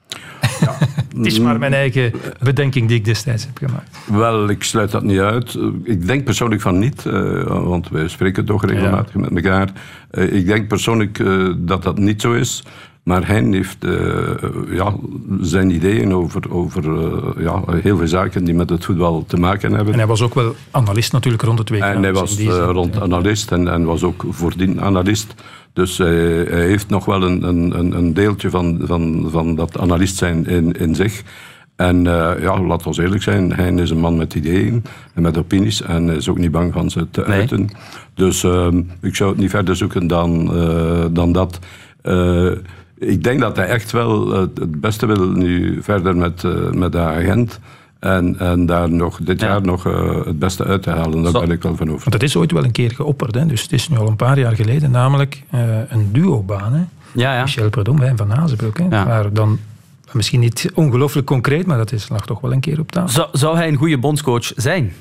Ja. Het is maar mijn eigen bedenking die ik destijds heb gemaakt. Wel, ik sluit dat niet uit. Ik denk persoonlijk van niet, uh, want wij spreken toch regelmatig ja. met elkaar. Uh, ik denk persoonlijk uh, dat dat niet zo is. Maar Hein heeft uh, ja, zijn ideeën over, over uh, ja, heel veel zaken die met het voetbal te maken hebben. En hij was ook wel analist natuurlijk rond het W K. En hij was uh, rond analist en, en was ook voordien analist. Dus hij, hij heeft nog wel een, een, een deeltje van, van, van dat analist zijn in, in zich. En uh, ja, laten we eerlijk zijn, Hein is een man met ideeën en met opinies en is ook niet bang van ze te nee. uiten. Dus uh, ik zou het niet verder zoeken dan, uh, dan dat. Uh, Ik denk dat hij echt wel het beste wil nu verder met, uh, met de agent. En, en daar nog dit ja. jaar nog uh, het beste uit te halen. Daar Zo. ben ik wel van over. Want dat is ooit wel een keer geopperd. Hè? Dus het is nu al een paar jaar geleden. Namelijk uh, een duobaan. Hè? Ja, ja. Michel Prudhomme en Van Azenbroek. Hè? Ja. Maar dan misschien niet ongelooflijk concreet, maar dat is, lag toch wel een keer op tafel. Zou, zou hij een goede bondscoach zijn?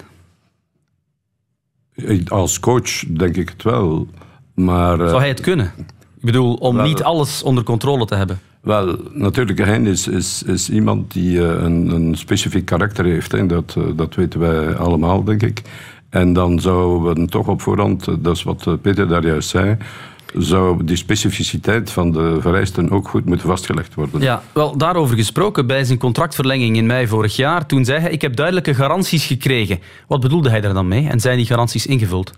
Als coach denk ik het wel. Maar, zou hij het kunnen? Ik bedoel, om wel, niet alles onder controle te hebben. Wel, natuurlijk, hij is, is, is iemand die uh, een, een specifiek karakter heeft. Hè. Dat, uh, dat weten wij allemaal, denk ik. En dan zouden we toch op voorhand, dat is wat Peter daar juist zei, zou die specificiteit van de vereisten ook goed moeten vastgelegd worden. Ja, wel, daarover gesproken, bij zijn contractverlenging in mei vorig jaar, toen zei hij, ik heb duidelijke garanties gekregen. Wat bedoelde hij daar dan mee? En zijn die garanties ingevuld?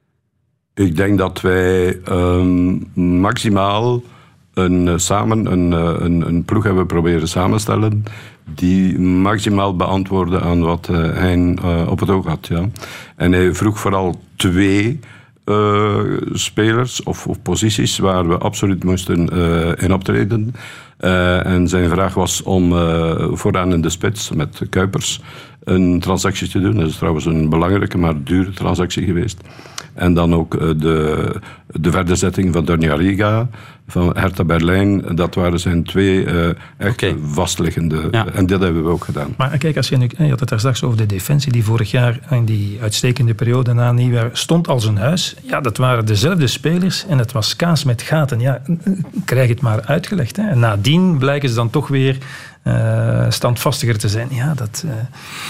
Ik denk dat wij um, maximaal een, samen een, een, een ploeg hebben proberen samenstellen die maximaal beantwoordde aan wat uh, hij uh, op het oog had. Ja. En hij vroeg vooral twee uh, spelers of, of posities waar we absoluut moesten uh, in optreden. Uh, en zijn vraag was om uh, vooraan in de spits met Kuipers een transactie te doen. Dat is trouwens een belangrijke, maar dure transactie geweest. En dan ook uh, de, de verderzetting van Donjariga, van Hertha Berlijn. Dat waren zijn twee uh, echt okay. vastliggende. Ja. En dat hebben we ook gedaan. Maar kijk, als je, nu, je had het daar straks over de defensie die vorig jaar in die uitstekende periode na nieuwjaar stond als een huis. Ja, dat waren dezelfde spelers en het was kaas met gaten. Ja, krijg het maar uitgelegd. Hè. En nadien blijken ze dan toch weer uh, standvastiger te zijn. Ja, dat... Uh,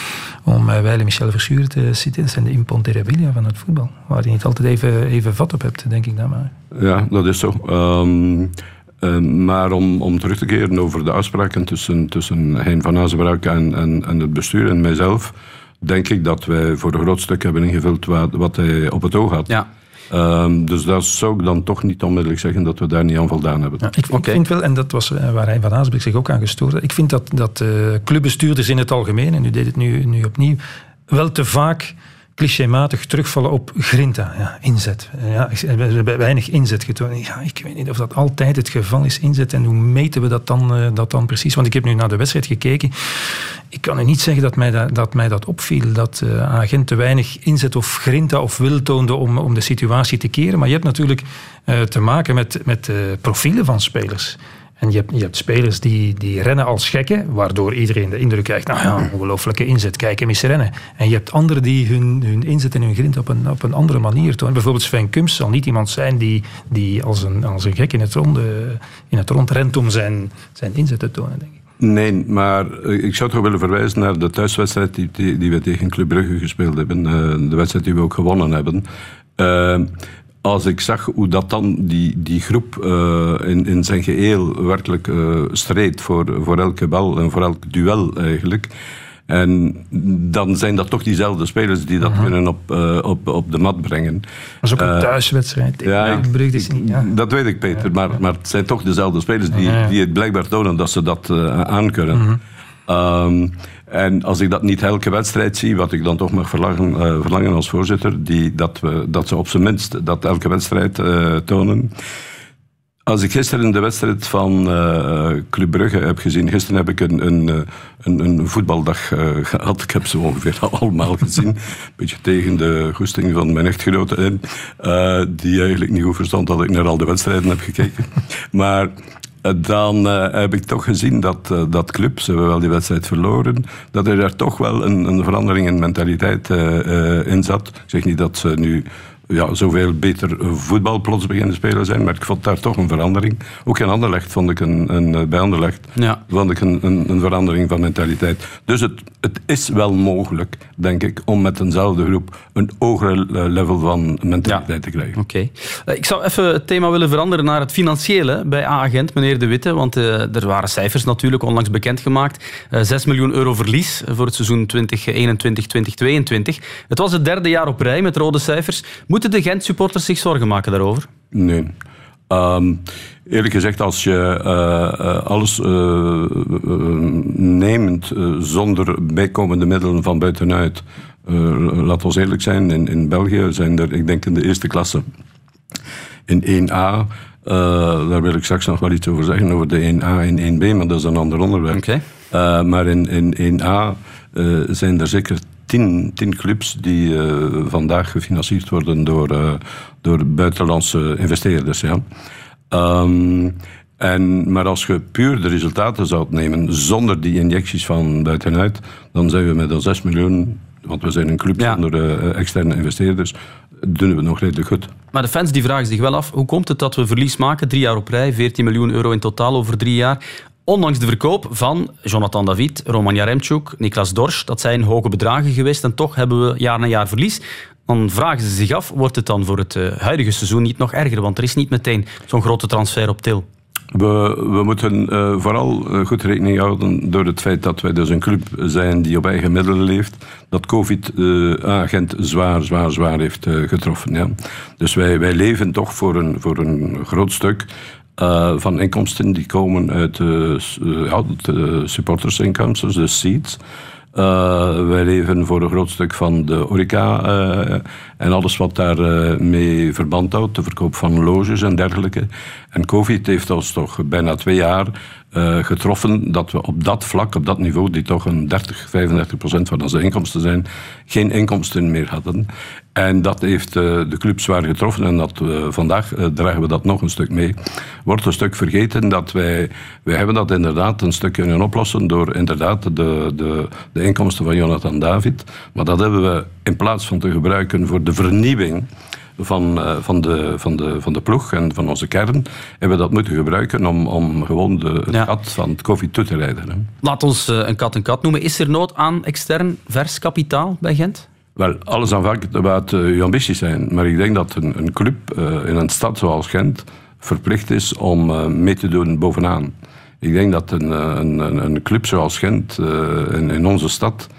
Om uh, Weile Michel Verschuren te citeren, dat zijn de imponderabilia van het voetbal. Waar je niet altijd even, even vat op hebt, denk ik dan maar. Ja, dat is zo. Um, uh, maar om, om terug te keren over de afspraken tussen, tussen Hein van Azenbroek en, en, en het bestuur en mijzelf, denk ik dat wij voor een groot stuk hebben ingevuld wat, wat hij op het oog had. Ja. Um, dus dat zou ik dan toch niet onmiddellijk zeggen dat we daar niet aan voldaan hebben. Ja, ik, okay. ik vind wel, en dat was waar hij van Azenbroek zich ook aan gestoord had, ik vind dat, dat uh, clubbestuurders in het algemeen, en u deed het nu, nu opnieuw, wel te vaak clichématig terugvallen op grinta, ja, inzet. Ja, we hebben weinig inzet getoond. Ja, ik weet niet of dat altijd het geval is, inzet. En hoe meten we dat dan, uh, dat dan precies? Want ik heb nu naar de wedstrijd gekeken. Ik kan u niet zeggen dat mij dat, dat, mij dat opviel, dat uh, agent te weinig inzet of grinta of wil toonde om, om de situatie te keren. Maar je hebt natuurlijk uh, te maken met, met uh, profielen van spelers. En je hebt, je hebt spelers die, die rennen als gekken, waardoor iedereen de indruk krijgt, nou ja, ongelooflijke inzet, kijk hem eens rennen. En je hebt anderen die hun, hun inzet en hun grind op een, op een andere manier tonen. Bijvoorbeeld Sven Kums zal niet iemand zijn die, die als, een, als een gek in het rond, in het rond rent om zijn, zijn inzet te tonen, denk ik. Nee, maar ik zou toch willen verwijzen naar de thuiswedstrijd die, die, die we tegen Club Brugge gespeeld hebben. Uh, de wedstrijd die we ook gewonnen hebben. Uh, Als ik zag hoe dat dan die, die groep uh, in, in zijn geheel werkelijk uh, streed voor, voor elke bal en voor elk duel eigenlijk. En dan zijn dat toch diezelfde spelers die dat uh-huh. kunnen op, uh, op, op de mat brengen. Dat is ook een uh, thuiswedstrijd. Ja, ik, is niet, ja, dat weet ik, Peter. Maar, maar het zijn toch dezelfde spelers die, uh-huh. die het blijkbaar tonen dat ze dat uh, aankunnen. Uh-huh. Um, En als ik dat niet elke wedstrijd zie, wat ik dan toch mag verlangen, uh, verlangen als voorzitter, die, dat, we, dat ze op zijn minst dat elke wedstrijd uh, tonen. Als ik gisteren de wedstrijd van uh, Club Brugge heb gezien, gisteren heb ik een, een, een, een voetbaldag uh, gehad, ik heb ze ongeveer allemaal gezien, een beetje tegen de goesting van mijn echtgenote in, uh, die eigenlijk niet goed verstond dat ik naar al de wedstrijden heb gekeken. Maar dan uh, heb ik toch gezien dat, uh, dat club, ze hebben wel die wedstrijd verloren, dat er daar toch wel een, een verandering in mentaliteit uh, uh, in zat. Ik zeg niet dat ze nu ja, zoveel beter voetbal plots beginnen spelen zijn, maar ik vond daar toch een verandering. Ook in Anderlecht vond ik een, een bij Anderlecht ja. vond ik een, een, een verandering van mentaliteit. Dus het, het is wel mogelijk, denk ik, om met eenzelfde groep een hoger level van mentaliteit ja. te krijgen. Oké. Okay. Ik zou even het thema willen veranderen naar het financiële bij A-agent, meneer De Witte, want uh, er waren cijfers natuurlijk onlangs bekendgemaakt. Uh, zes miljoen euro verlies voor het seizoen twintig eenentwintig twintig tweeëntwintig. Het was het derde jaar op rij met rode cijfers. Moeten de Gent-supporters zich zorgen maken daarover? Nee. Um, eerlijk gezegd, als je uh, alles uh, uh, neemt uh, zonder bijkomende middelen van buitenuit, uh, laat ons eerlijk zijn, in, in België zijn er, ik denk in de eerste klasse, in één A, Uh, daar wil ik straks nog wel iets over zeggen, over de één A en één B, maar dat is een ander onderwerp. Okay. Uh, maar in, in één A uh, zijn er zeker tien, tien clubs die uh, vandaag gefinancierd worden door, uh, door buitenlandse investeerders. Ja. Um, en, maar als je puur de resultaten zou nemen zonder die injecties van buitenuit, dan zijn we met al zes miljoen, want we zijn een club ja. zonder uh, externe investeerders, doen we nog redelijk goed. Maar de fans die vragen zich wel af, hoe komt het dat we verlies maken, drie jaar op rij, veertien miljoen euro in totaal over drie jaar, ondanks de verkoop van Jonathan David, Roman Jaremchuk, Niklas Dorsch. Dat zijn hoge bedragen geweest en toch hebben we jaar na jaar verlies. Dan vragen ze zich af, wordt het dan voor het uh, huidige seizoen niet nog erger? Want er is niet meteen zo'n grote transfer op til. We, we moeten uh, vooral uh, goed rekening houden door het feit dat wij dus een club zijn die op eigen middelen leeft, dat COVID uh, Gent zwaar, zwaar, zwaar heeft uh, getroffen. Ja. Dus wij, wij leven toch voor een, voor een groot stuk uh, van inkomsten die komen uit uh, ja, de supportersinkomsten, de seats. Uh, wij leven voor een groot stuk van de horeca uh, en alles wat daar uh, mee verband houdt, de verkoop van loges en dergelijke. En COVID heeft ons toch bijna twee jaar uh, getroffen dat we op dat vlak, op dat niveau, die toch een dertig, vijfendertig procent van onze inkomsten zijn, geen inkomsten meer hadden. En dat heeft uh, de club zwaar getroffen en dat, uh, vandaag uh, dragen we dat nog een stuk mee. Wordt een stuk vergeten dat wij, wij hebben dat inderdaad een stuk kunnen oplossen door inderdaad de, de, de inkomsten van Jonathan David. Maar dat hebben we in plaats van te gebruiken voor de vernieuwing van, uh, van, de, van, de, van de ploeg en van onze kern, hebben we dat moeten gebruiken om, om gewoon de, het ja. gat van het COVID toe te rijden. Hè. Laat ons uh, een kat een kat noemen. Is er nood aan extern vers kapitaal bij Gent? Wel, alles afhangt wat uh, uw ambities zijn. Maar ik denk dat een, een club uh, in een stad zoals Gent verplicht is om uh, mee te doen bovenaan. Ik denk dat een, een, een club zoals Gent uh, in, in onze stad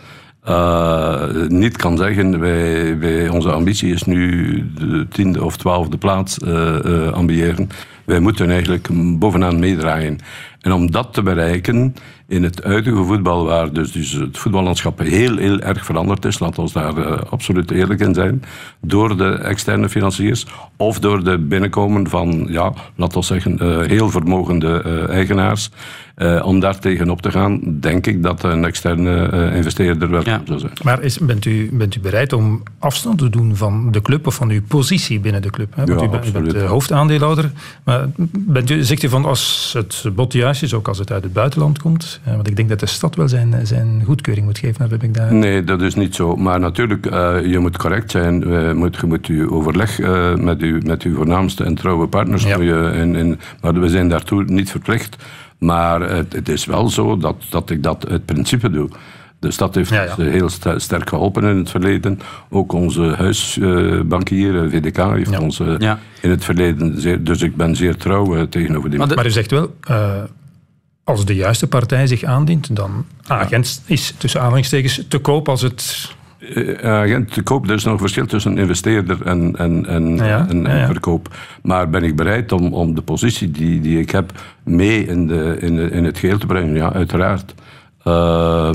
uh, niet kan zeggen, wij, wij, onze ambitie is nu de tiende of twaalfde plaats uh, uh, ambiëren. Wij moeten eigenlijk bovenaan meedraaien. En om dat te bereiken in het huidige voetbal, waar dus, dus het voetballandschap heel, heel erg veranderd is, laten we daar uh, absoluut eerlijk in zijn, door de externe financiers of door de binnenkomen van, ja, laten we zeggen, uh, heel vermogende uh, eigenaars. Uh, om daar tegenop te gaan, denk ik dat een externe uh, investeerder wel ja. zou zijn. Maar is, bent, u, bent u bereid om afstand te doen van de club of van uw positie binnen de club? Hè? Want ja, u, bent, u bent de hoofdaandeelhouder. Maar bent u, zegt u van als het bod juist is, ook als het uit het buitenland komt? Want ik denk dat de stad wel zijn, zijn goedkeuring moet geven. Dat heb ik daar... Nee, dat is niet zo. Maar natuurlijk, uh, je moet correct zijn. Uh, moet, je moet uw overleg uh, met, uw, met uw voornaamste en trouwe partners. Ja. Je in, in, maar we zijn daartoe niet verplicht. Maar het, het is wel zo dat, dat ik dat uit principe doe. De stad heeft ja, ja. ons heel sterk geholpen in het verleden. Ook onze huisbankier, uh, V D K, heeft ja. ons uh, ja. in het verleden zeer... Dus ik ben zeer trouw uh, tegenover die... Maar, de, maar u zegt wel, uh, als de juiste partij zich aandient, dan... Ah, Gent is tussen aanhalingstekens te koop als het... Uh, Gent te koop, er is nog een verschil tussen investeerder en, en, en, ja, en, en ja, ja. verkoop. Maar ben ik bereid om, om de positie die, die ik heb mee in, de, in, de, in het geheel te brengen? Ja, uiteraard. Uh,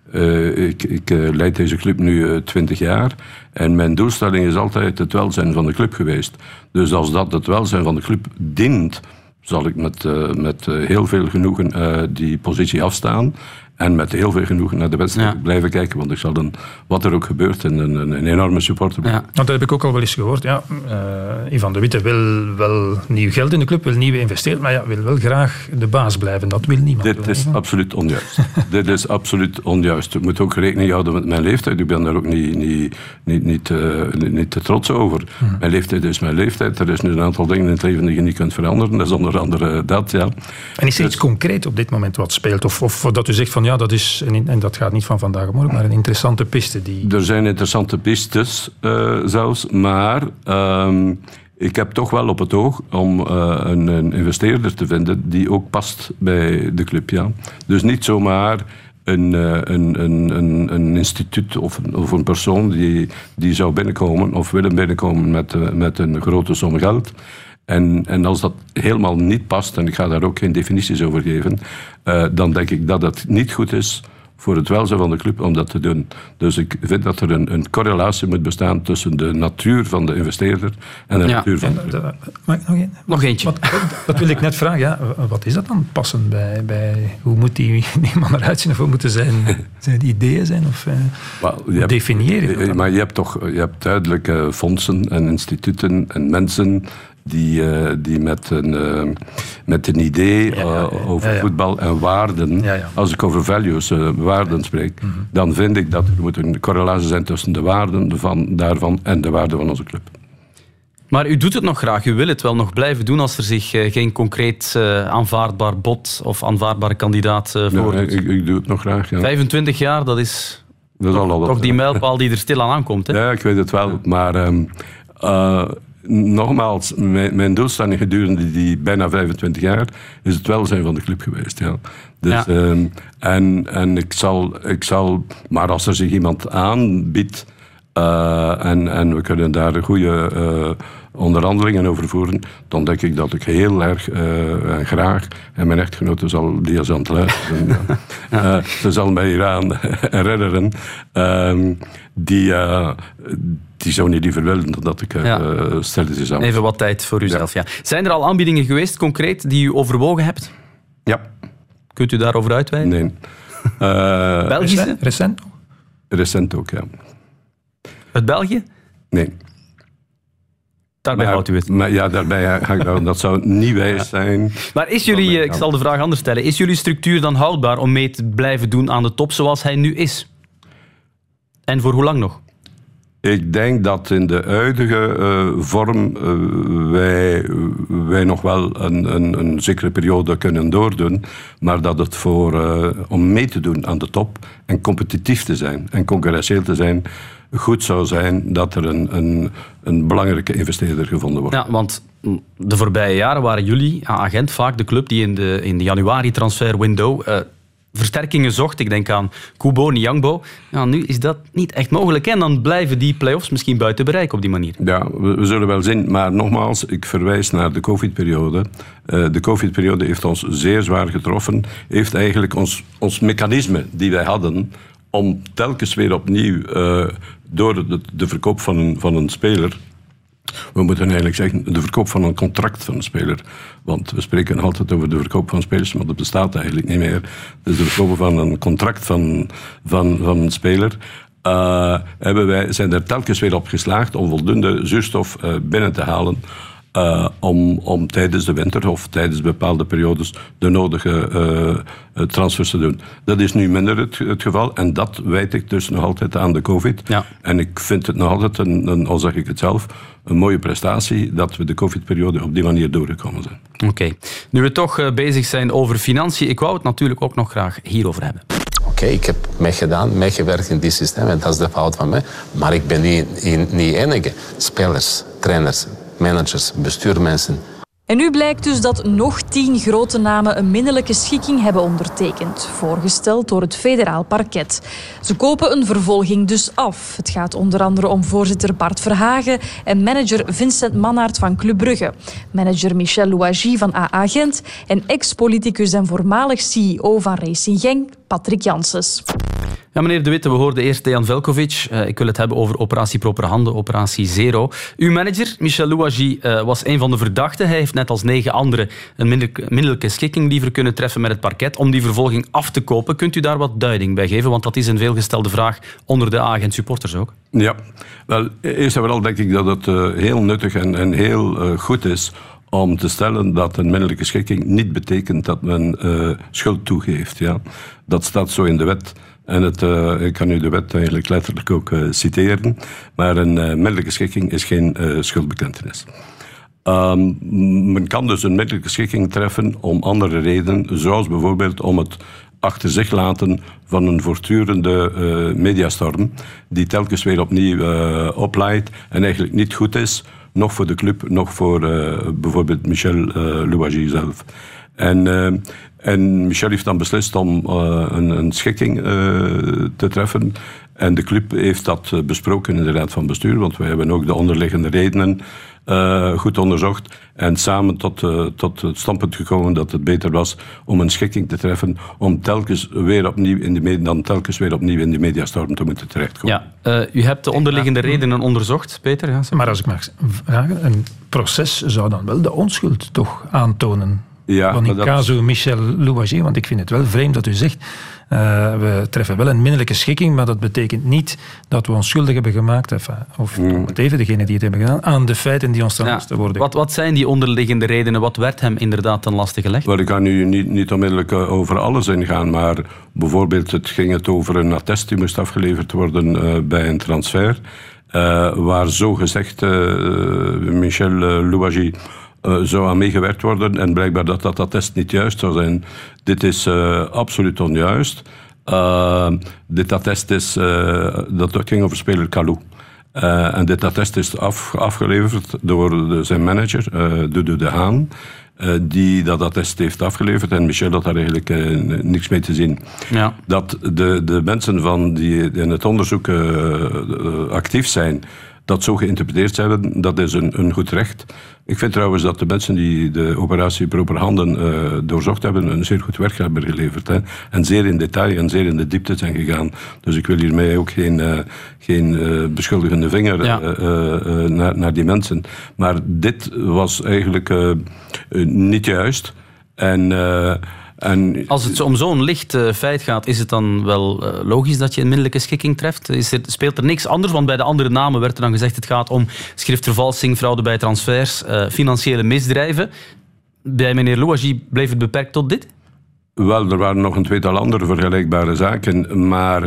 uh, ik ik uh, leid deze club nu twintig uh, jaar. En mijn doelstelling is altijd het welzijn van de club geweest. Dus als dat het welzijn van de club dient, zal ik met, uh, met uh, heel veel genoegen uh, die positie afstaan. En met heel veel genoegen naar de wedstrijd ja. blijven kijken. Want ik zal dan, wat er ook gebeurt, een, een, een enorme supporter ben. Ja. Nou, dat heb ik ook al wel eens gehoord. Ja. Uh, Ivan de Witte wil wel nieuw geld in de club, wil nieuwe investeren. Maar ja, wil wel graag de baas blijven. Dat wil niemand. Dit is absoluut onjuist. Dit is absoluut onjuist. Ik moet ook rekening houden met mijn leeftijd. Ik ben daar ook niet, niet, niet, niet, uh, niet, niet te trots over. Hmm. Mijn leeftijd is mijn leeftijd. Er is nu een aantal dingen in het leven die je niet kunt veranderen. Dat is onder andere dat, ja. En is er iets dus, concreet op dit moment wat speelt? Of, of dat u zegt van ja, dat is, een, en dat gaat niet van vandaag op morgen, maar een interessante piste die... Er zijn interessante pistes uh, zelfs, maar uh, ik heb toch wel op het oog om uh, een, een investeerder te vinden die ook past bij de club. Ja. Dus niet zomaar een, uh, een, een, een, een instituut of een, of een persoon die, die zou binnenkomen of willen binnenkomen met, uh, met een grote som geld. En, en als dat helemaal niet past, en ik ga daar ook geen definities over geven, uh, dan denk ik dat het niet goed is voor het welzijn van de club om dat te doen. Dus ik vind dat er een, een correlatie moet bestaan tussen de natuur van de investeerder en de ja. natuur van de club. En, uh, mag ik nog, een? nog eentje. Wat, dat wil ik net vragen. Ja, wat is dat dan passend bij, bij hoe moet die, die man eruit zien of hoe moeten zijn, zijn die ideeën zijn? Of, uh, well, hebt, definiëren? Je, maar je hebt toch je hebt duidelijk uh, fondsen en instituten en mensen die, uh, die met, een, uh, met een idee uh, ja, ja, ja, over ja, ja. voetbal en waarden, ja, ja. als ik over values, uh, waarden spreek, mm-hmm. dan vind ik dat er moet een correlatie zijn tussen de waarden van, daarvan en de waarden van onze club. Maar u doet het nog graag, u wil het wel nog blijven doen als er zich uh, geen concreet uh, aanvaardbaar bod of aanvaardbare kandidaat uh, voordoet. Ja, ik, ik doe het nog graag, ja. vijfentwintig jaar, dat is dat toch, al toch die mijlpaal die er stilaan aankomt. Hè? Ja, ik weet het wel, maar um, uh, nogmaals, mijn, mijn doelstelling gedurende die bijna vijfentwintig jaar is het welzijn van de club geweest. Ja. Dus, ja. um, en en ik, zal, ik zal, maar als er zich iemand aanbiedt uh, en, en we kunnen daar goede uh, onderhandelingen over voeren, dan denk ik dat ik heel erg uh, en graag, en mijn echtgenote zal die als aan het luisteren, uh, ze zal mij hieraan herinneren, uh, die, uh, die zou niet liever willen dan dat ik uh, ja. uh, stilletjes aan. Even wat tijd voor uzelf. Ja. Ja. Zijn er al aanbiedingen geweest, concreet, die u overwogen hebt? Ja. Kunt u daarover uitweiden? Nee. Uh, Belgische? Recent? Recent ook, ja. Uit België? Nee. Daarbij maar, houdt u het. Maar ja, daarbij ga ik nou, dat zou niet wijs zijn. Maar is jullie, ik zal de vraag anders stellen, is jullie structuur dan houdbaar om mee te blijven doen aan de top zoals hij nu is? En voor hoe lang nog? Ik denk dat in de huidige uh, vorm uh, wij, wij nog wel een, een, een zekere periode kunnen doordoen, maar dat het voor, uh, om mee te doen aan de top en competitief te zijn en concurrentieel te zijn, goed zou zijn dat er een, een, een belangrijke investeerder gevonden wordt. Ja, want de voorbije jaren waren jullie, agent, vaak de club die in de, in de januari-transfer-window uh, versterkingen zocht. Ik denk aan Kubo, Niangbo. Ja, nu is dat niet echt mogelijk. En dan blijven die play-offs misschien buiten bereik op die manier. Ja, we, we zullen wel zien. Maar nogmaals, ik verwijs naar de COVID-periode. Uh, de COVID-periode heeft ons zeer zwaar getroffen. Heeft eigenlijk ons, ons mechanisme die wij hadden om telkens weer opnieuw uh, door de, de verkoop van een, van een speler, we moeten eigenlijk zeggen de verkoop van een contract van een speler, want we spreken altijd over de verkoop van spelers, maar dat bestaat eigenlijk niet meer. Dus de verkoop van een contract van, van, van een speler, uh, hebben wij, zijn er telkens weer op geslaagd om voldoende zuurstof uh, binnen te halen Uh, om, om tijdens de winter of tijdens bepaalde periodes de nodige uh, transfers te doen. Dat is nu minder het, het geval en dat wijt ik dus nog altijd aan de COVID. Ja. En ik vind het nog altijd, een, een, al zeg ik het zelf, een mooie prestatie dat we de COVID-periode op die manier doorgekomen zijn. Oké. Okay. Nu we toch uh, bezig zijn over financiën, ik wou het natuurlijk ook nog graag hierover hebben. Oké, okay, ik heb meegedaan, meegewerkt in dit systeem en dat is de fout van mij. Maar ik ben niet, niet enige. Spelers, trainers, managers, bestuurmensen. En nu blijkt dus dat nog tien grote namen een minnelijke schikking hebben ondertekend, voorgesteld door het federaal parket. Ze kopen een vervolging dus af. Het gaat onder andere om voorzitter Bart Verhagen en manager Vincent Mannaert van Club Brugge, manager Michel Louagie van A A Gent en ex-politicus en voormalig C E O van Racing Genk, Patrick Janssens. Ja, meneer De Witte, we hoorden eerst Dejan Veljković. Uh, ik wil het hebben over operatie Propere Handen, operatie Zero. Uw manager, Michel Louagie, uh, was een van de verdachten. Hij heeft net als negen anderen een middelijke schikking liever kunnen treffen met het parket om die vervolging af te kopen. Kunt u daar wat duiding bij geven? Want dat is een veelgestelde vraag onder de agent-supporters ook. Ja, wel, eerst en vooral denk ik dat het uh, heel nuttig en, en heel uh, goed is om te stellen dat een middelijke schikking niet betekent dat men uh, schuld toegeeft. Ja? Dat staat zo in de wet. En het, uh, ik kan u de wet eigenlijk letterlijk ook uh, citeren. Maar een uh, middelijke schikking is geen uh, schuldbekentenis. Um, men kan dus een middelijke schikking treffen om andere redenen, zoals bijvoorbeeld om het achter zich laten van een voortdurende uh, mediastorm die telkens weer opnieuw uh, oplaait en eigenlijk niet goed is, nog voor de club, nog voor uh, bijvoorbeeld Michel uh, Louagie zelf. En, uh, en Michel heeft dan beslist om uh, een, een schikking uh, te treffen. En de club heeft dat uh, besproken in de raad van bestuur, want wij hebben ook de onderliggende redenen uh, goed onderzocht en samen tot, uh, tot het standpunt gekomen dat het beter was om een schikking te treffen om telkens weer opnieuw in de media, dan telkens weer opnieuw in de mediastorm te moeten terechtkomen. Ja, uh, u hebt de onderliggende redenen onderzocht, Peter. Ja, maar als ik mag vragen, een proces zou dan wel de onschuld toch aantonen? Ja, van die dat... casu Michel Louwagie, want ik vind het wel vreemd dat u zegt uh, we treffen wel een minderlijke schikking, maar dat betekent niet dat we ons schuldig hebben gemaakt, enfin, of mm. even degene die het hebben gedaan, aan de feiten die ons dan ja. moesten worden. Wat, wat zijn die onderliggende redenen? Wat werd hem inderdaad ten laste gelegd? Wel, ik kan nu niet, niet onmiddellijk over alles ingaan, maar bijvoorbeeld het ging het over een attest die moest afgeleverd worden uh, bij een transfer, uh, waar zogezegd uh, Michel Louwagie Uh, zou aan meegewerkt worden en blijkbaar dat dat attest niet juist zou zijn. Dit is uh, absoluut onjuist. Uh, dit attest is, uh, dat ging over speler Kalou. Uh, en dit attest is af, afgeleverd door de, zijn manager, uh, Dudu de Haan, uh, die dat attest heeft afgeleverd en Michel had daar eigenlijk uh, niks mee te zien. Ja. Dat de, de mensen van die in het onderzoek uh, uh, actief zijn, dat zo geïnterpreteerd hebben, dat is een, een goed recht. Ik vind trouwens dat de mensen die de operatie Proper Handen uh, doorzocht hebben, een zeer goed werk hebben geleverd. Hè. En zeer in detail en zeer in de diepte zijn gegaan. Dus ik wil hiermee ook geen, uh, geen uh, beschuldigende vinger ja. uh, uh, uh, naar, naar die mensen. Maar dit was eigenlijk uh, uh, niet juist. En... Uh, En, Als het om zo'n licht uh, feit gaat, is het dan wel uh, logisch dat je een minderlijke schikking treft? Is er, speelt er niks anders? Want bij de andere namen werd er dan gezegd het gaat om schriftvervalsing, fraude bij transfers, uh, financiële misdrijven. Bij meneer Louwagie bleef het beperkt tot dit? Wel, er waren nog een tweetal andere vergelijkbare zaken, maar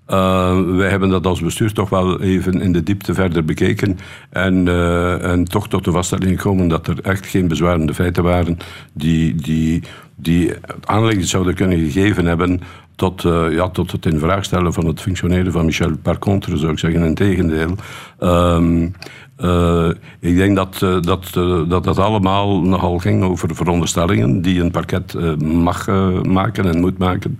uh, wij hebben dat als bestuur toch wel even in de diepte verder bekeken en, uh, en toch tot de vaststelling gekomen dat er echt geen bezwarende feiten waren die... die die aanleiding zouden kunnen gegeven hebben tot, uh, ja, tot het in vraag stellen van het functioneren van Michel. Par contre, zou ik zeggen, in tegendeel. Um, uh, ik denk dat, uh, dat, uh, dat dat allemaal nogal ging over veronderstellingen die een parket uh, mag uh, maken en moet maken.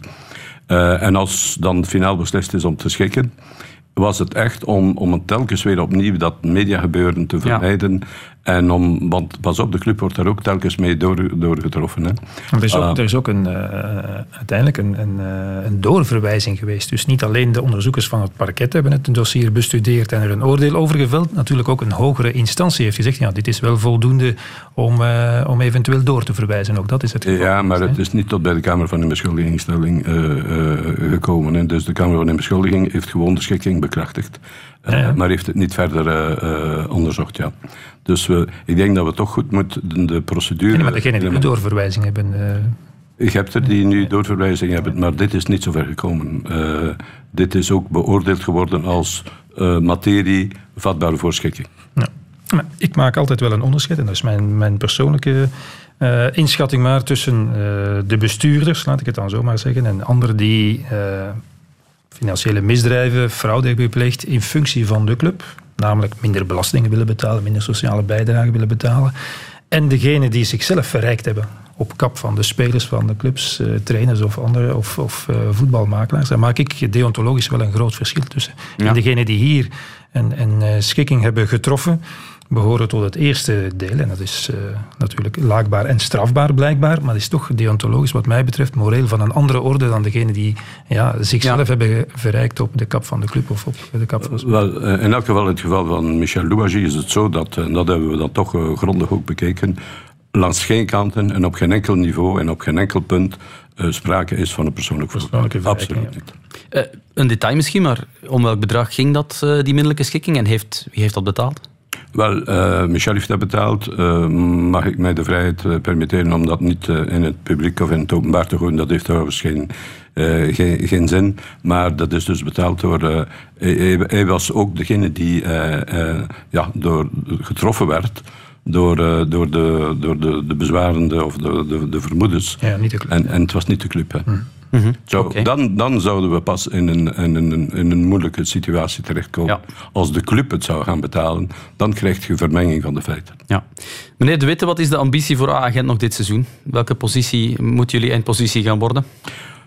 Uh, en als dan finaal beslist is om te schikken, was het echt om, om het telkens weer opnieuw dat mediagebeuren te vermijden. Ja. En om, want pas op, de club wordt daar ook telkens mee door, doorgetroffen. Hè. Er is ook, uh, er is ook een, uh, uiteindelijk een, een, een doorverwijzing geweest. Dus niet alleen de onderzoekers van het parket hebben het dossier bestudeerd en er een oordeel over geveld. Natuurlijk ook een hogere instantie heeft gezegd, ja, dit is wel voldoende om, uh, om eventueel door te verwijzen. Ook dat is het geval. Ja, maar het is niet tot bij de Kamer van Inbeschuldigingstelling uh, uh, gekomen. Hè. Dus de Kamer van Inbeschuldiging heeft gewoon de schikking bekrachtigd. Uh, ja, ja. Maar heeft het niet verder uh, uh, onderzocht, ja. Dus we, ik denk dat we toch goed moeten de, de procedure... Nee, maar degene die nu doorverwijzing hebben... Uh... Ik heb er die nu doorverwijzing hebben, maar dit is niet zo ver gekomen. Uh, dit is ook beoordeeld geworden als uh, materie vatbare voor schikking. Ja. Maar ik maak altijd wel een onderscheid, en dat is mijn, mijn persoonlijke uh, inschatting maar, tussen uh, de bestuurders, laat ik het dan zo maar zeggen, en anderen die... Uh, financiële misdrijven, fraude hebben gepleegd in functie van de club. Namelijk minder belastingen willen betalen, minder sociale bijdragen willen betalen. En degenen die zichzelf verrijkt hebben op kap van de spelers van de clubs, uh, trainers of, andere, of, of uh, voetbalmakelaars. Daar maak ik deontologisch wel een groot verschil tussen. Ja. En degenen die hier een, een uh, schikking hebben getroffen, behoren tot het eerste deel. En dat is uh, natuurlijk laakbaar en strafbaar blijkbaar. Maar dat is toch deontologisch wat mij betreft moreel van een andere orde dan degene die ja, zichzelf ja. hebben verrijkt op de kap van de club of op de kap van de Wel, in elk geval in het geval van Michel Louwagie is het zo dat, en dat hebben we dan toch uh, grondig ook bekeken, langs geen kanten en op geen enkel niveau en op geen enkel punt uh, sprake is van een persoonlijk verwijt. Absoluut niet. Uh, een detail misschien, maar om welk bedrag ging dat, uh, die minderlijke schikking en heeft, wie heeft dat betaald? Wel, uh, Michel heeft dat betaald. Uh, mag ik mij de vrijheid uh, permitteren om dat niet uh, in het publiek of in het openbaar te gooien? Dat heeft trouwens geen, uh, geen, geen zin. Maar dat is dus betaald door... Uh, hij, hij was ook degene die uh, uh, ja, door, getroffen werd door, uh, door, de, door de, de bezwarende of de, de, de vermoedens. Ja, niet de club. En, en het was niet de club, hè. Hmm. Mm-hmm. Zo, okay. dan, dan zouden we pas in een, in een, in een moeilijke situatie terechtkomen. Ja. Als de club het zou gaan betalen, dan krijg je vermenging van de feiten. Ja. Meneer De Witte, wat is de ambitie voor A-agent nog dit seizoen? Welke positie moeten jullie eindpositie gaan worden?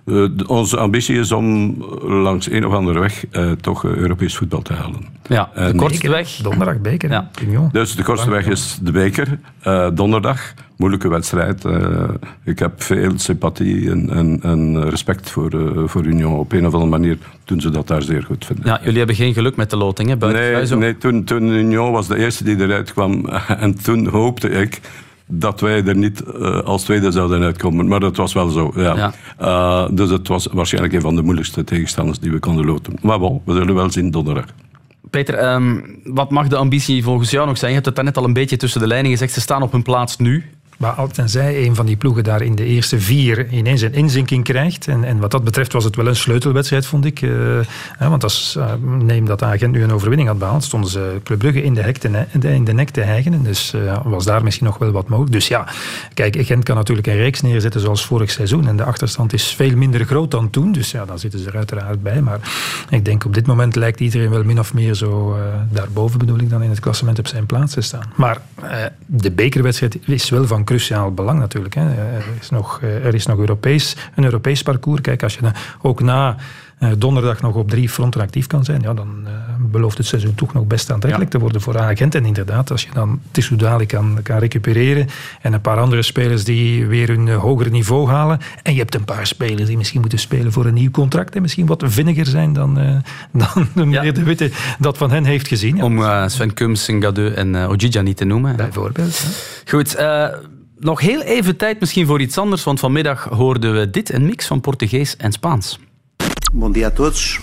Uh, de, onze ambitie is om langs een of andere weg uh, toch uh, Europees voetbal te halen. Ja, de en, kortste weg. Donderdag beker. Ja. Dus de kortste weg is de beker. Uh, donderdag, moeilijke wedstrijd. Uh, ik heb veel sympathie en, en, en respect voor, uh, voor Union. Op een of andere manier doen ze dat daar zeer goed vinden. Ja, jullie hebben geen geluk met de loting, hè? Nee, nee toen, toen Union was de eerste die eruit kwam. En toen hoopte ik dat wij er niet uh, als tweede zouden uitkomen. Maar dat was wel zo, ja. ja. Uh, dus het was waarschijnlijk een van de moeilijkste tegenstanders die we konden loten. Maar bon, we zullen wel zien donderdag. Peter, um, wat mag de ambitie volgens jou nog zijn? Je hebt het daarnet al een beetje tussen de lijnen gezegd. Ze staan op hun plaats nu. Maar al tenzij een van die ploegen daar in de eerste vier ineens een inzinking krijgt. En, en wat dat betreft was het wel een sleutelwedstrijd, vond ik. Uh, hè, want als uh, neem dat Agent nu een overwinning had behaald, stonden ze Club Brugge in de, hek te ne- in de nek te hijgenen. Dus uh, was daar misschien nog wel wat mogelijk. Dus ja, kijk, Gent kan natuurlijk een reeks neerzetten zoals vorig seizoen. En de achterstand is veel minder groot dan toen. Dus ja, dan zitten ze er uiteraard bij. Maar ik denk op dit moment lijkt iedereen wel min of meer zo uh, daarboven, bedoel ik dan, in het klassement op zijn plaats te staan. Maar uh, de bekerwedstrijd is wel van cruciaal belang natuurlijk. Hè. Er is nog, er is nog Europees, een Europees parcours. Kijk, als je ook na uh, donderdag nog op drie fronten actief kan zijn, ja, dan uh, belooft het seizoen toch nog best aantrekkelijk ja. te worden voor Agent. En inderdaad, als je dan Tissoudali kan, kan recupereren en een paar andere spelers die weer een uh, hoger niveau halen en je hebt een paar spelers die misschien moeten spelen voor een nieuw contract en misschien wat vinniger zijn dan, uh, dan de meneer ja. De Witte dat van hen heeft gezien. Ja. Om uh, Sven Kums, Ngadeu en uh, Ojija niet te noemen. Bijvoorbeeld. Ja. Goed, uh, nog heel even tijd misschien voor iets anders, want vanmiddag hoorden we dit, een mix van Portugees en Spaans. Bom dia a todos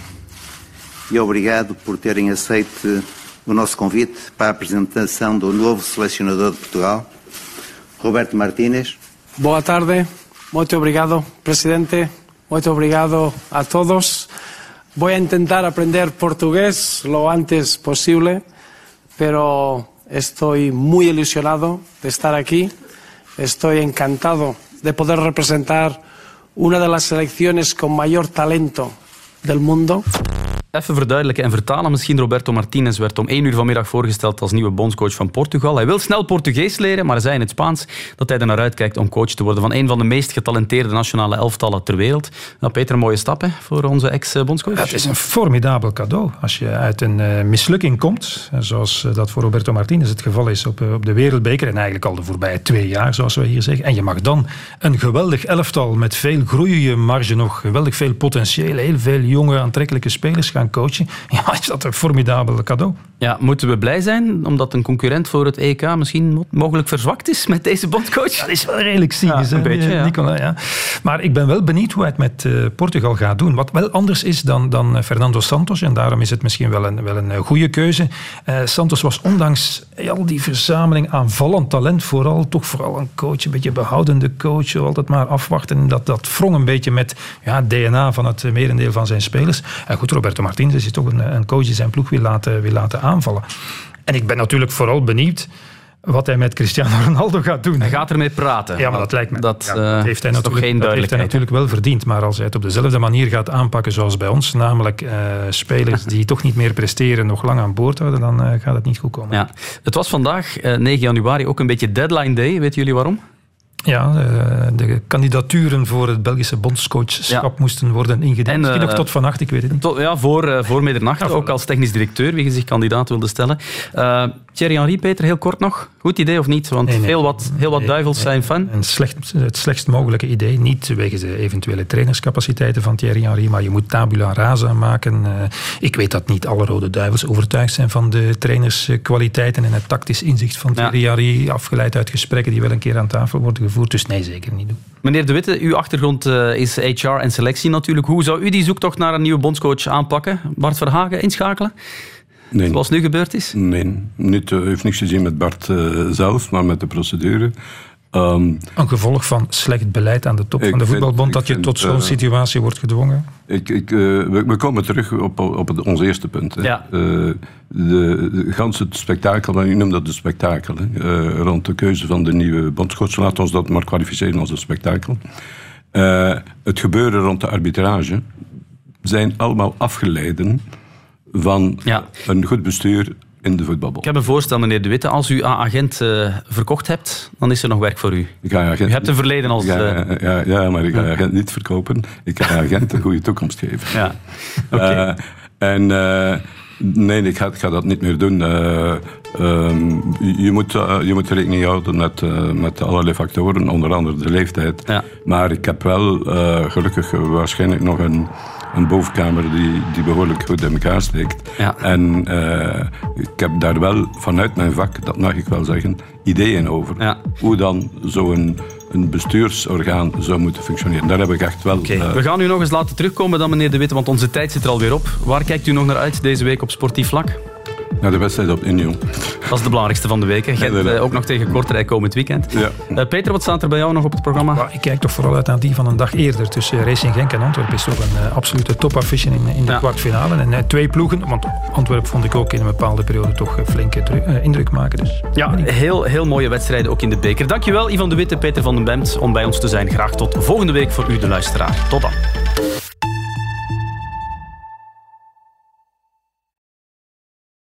e obrigado por terem aceito o nosso convite para a apresentação do novo selecionador de Portugal, Roberto Martínez. Boa tarde, muito obrigado, presidente, muito obrigado a todos. Voy a intentar aprender portugués lo antes posible, pero estoy muy ilusionado de estar aquí. Estoy encantado de poder representar una de las selecciones con mayor talento del mundo. Even verduidelijken en vertalen. Misschien Roberto Martínez werd om één uur vanmiddag voorgesteld als nieuwe bondscoach van Portugal. Hij wil snel Portugees leren, maar hij zei in het Spaans dat hij er naar uitkijkt om coach te worden van een van de meest getalenteerde nationale elftallen ter wereld. Nou, Peter, een mooie stap hè, voor onze ex-bondscoach. Ja, het is een formidabel cadeau. Als je uit een uh, mislukking komt, zoals uh, dat voor Roberto Martínez het geval is op, uh, op de Wereldbeker, en eigenlijk al de voorbije twee jaar, zoals we hier zeggen, en je mag dan een geweldig elftal met veel groeimarge nog, geweldig veel potentieel, heel veel jonge, aantrekkelijke spelers gaan coachen, ja, is dat een formidabel cadeau. Ja, moeten we blij zijn omdat een concurrent voor het E K misschien mogelijk verzwakt is met deze bondcoach? Ja, dat is wel redelijk cynisch, ja, een beetje, ja. Nicola. Ja. Maar ik ben wel benieuwd hoe hij het met uh, Portugal gaat doen. Wat wel anders is dan, dan Fernando Santos, en daarom is het misschien wel een, wel een goede keuze. Uh, Santos was ondanks al die verzameling aanvallend talent vooral, toch vooral een coach, een beetje behoudende coach, altijd maar afwachten. Dat, dat wrong een beetje met ja, D N A van het merendeel van zijn spelers. En goed, Roberto Martínez is toch een, een coach die zijn ploeg wil laten, wil laten aanvallen. En ik ben natuurlijk vooral benieuwd wat hij met Cristiano Ronaldo gaat doen. Hij gaat ermee praten. Ja, maar dat lijkt me. Dat, ja, dat heeft hij natuurlijk, geen dat heeft hij natuurlijk wel verdiend. Maar als hij het op dezelfde manier gaat aanpakken zoals bij ons, namelijk uh, spelers die toch niet meer presteren nog lang aan boord houden, dan uh, gaat het niet goed komen. Ja. Het was vandaag, uh, negen januari, ook een beetje deadline day. Weten jullie waarom? Ja, de kandidaturen voor het Belgische bondscoachschap ja. moesten worden ingediend. En, uh, Misschien nog tot vannacht, ik weet het niet. Tot, ja, voor, uh, voor middernacht, ja, ook als technisch directeur, wie zich kandidaat wilde stellen. Uh, Thierry Henry, Peter, heel kort nog. Goed idee of niet? Want nee, nee, heel wat, heel wat nee, duivels nee, zijn fan. Een slecht, het slechtst mogelijke idee. Niet wegens de eventuele trainerscapaciteiten van Thierry Henry, maar je moet tabula rasa maken. Uh, ik weet dat niet alle Rode Duivels overtuigd zijn van de trainerskwaliteiten en het tactisch inzicht van Thierry ja. Henry, afgeleid uit gesprekken die wel een keer aan tafel worden gevoerd. Dus nee, zeker niet doen. Meneer De Witte, uw achtergrond uh, is H R en selectie natuurlijk. Hoe zou u die zoektocht naar een nieuwe bondscoach aanpakken? Bart Verhagen inschakelen? Nee. Zoals nu gebeurd is? Nee, het uh, heeft niks te zien met Bart uh, zelf, maar met de procedure. Um, een gevolg van slecht beleid aan de top van de voetbalbond, dat je vind, tot zo'n uh, situatie wordt gedwongen? Ik, ik, uh, we, we komen terug op, op het, ons eerste punt. Ja. Uh, de, de gans het spektakel, en u noemt dat een spektakel, hè, uh, rond de keuze van de nieuwe bondscoach. Laten we ons dat maar kwalificeren als een spektakel. Uh, het gebeuren rond de arbitrage zijn allemaal afgeleiden van ja. een goed bestuur in de voetbalbond. Ik heb een voorstel, meneer De Witte. Als u aan Agent uh, verkocht hebt, dan is er nog werk voor u. Ik ga Agent, u hebt een verleden als... Ja, uh, ja, ja, maar ik ga Agent niet verkopen. Ik ga Agent een goede toekomst geven. Ja. Okay. Uh, en uh, nee, ik ga, ik ga dat niet meer doen. Uh, um, je, moet, uh, je moet rekening houden met, uh, met allerlei factoren, onder andere de leeftijd. Ja. Maar ik heb wel uh, gelukkig uh, waarschijnlijk nog een... een bovenkamer die, die behoorlijk goed in elkaar steekt. Ja. En uh, ik heb daar wel vanuit mijn vak, dat mag ik wel zeggen, ideeën over. Ja. Hoe dan zo'n een bestuursorgaan zou moeten functioneren. Daar heb ik echt wel... Okay. Uh, We gaan u nog eens laten terugkomen dan, meneer De Witte, want onze tijd zit er alweer op. Waar kijkt u nog naar uit deze week op sportief vlak? Naar de wedstrijd op Union. Dat is de belangrijkste van de week. Je hebt uh, ook nog tegen Kortrijk komend weekend. Ja. Uh, Peter, wat staat er bij jou nog op het programma? Ja, ik kijk toch vooral uit naar die van een dag eerder. Tussen Racing Genk en Antwerpen is toch een uh, absolute topaffiche in, in de ja. kwartfinale. En uh, twee ploegen, want Antwerpen vond ik ook in een bepaalde periode toch uh, flinke dru- uh, indruk maken. Dus. Ja, heel, heel mooie wedstrijden ook in de beker. Dankjewel, Ivan De Witte, Peter van den Bemt, om bij ons te zijn. Graag tot volgende week voor u, de luisteraar. Tot dan.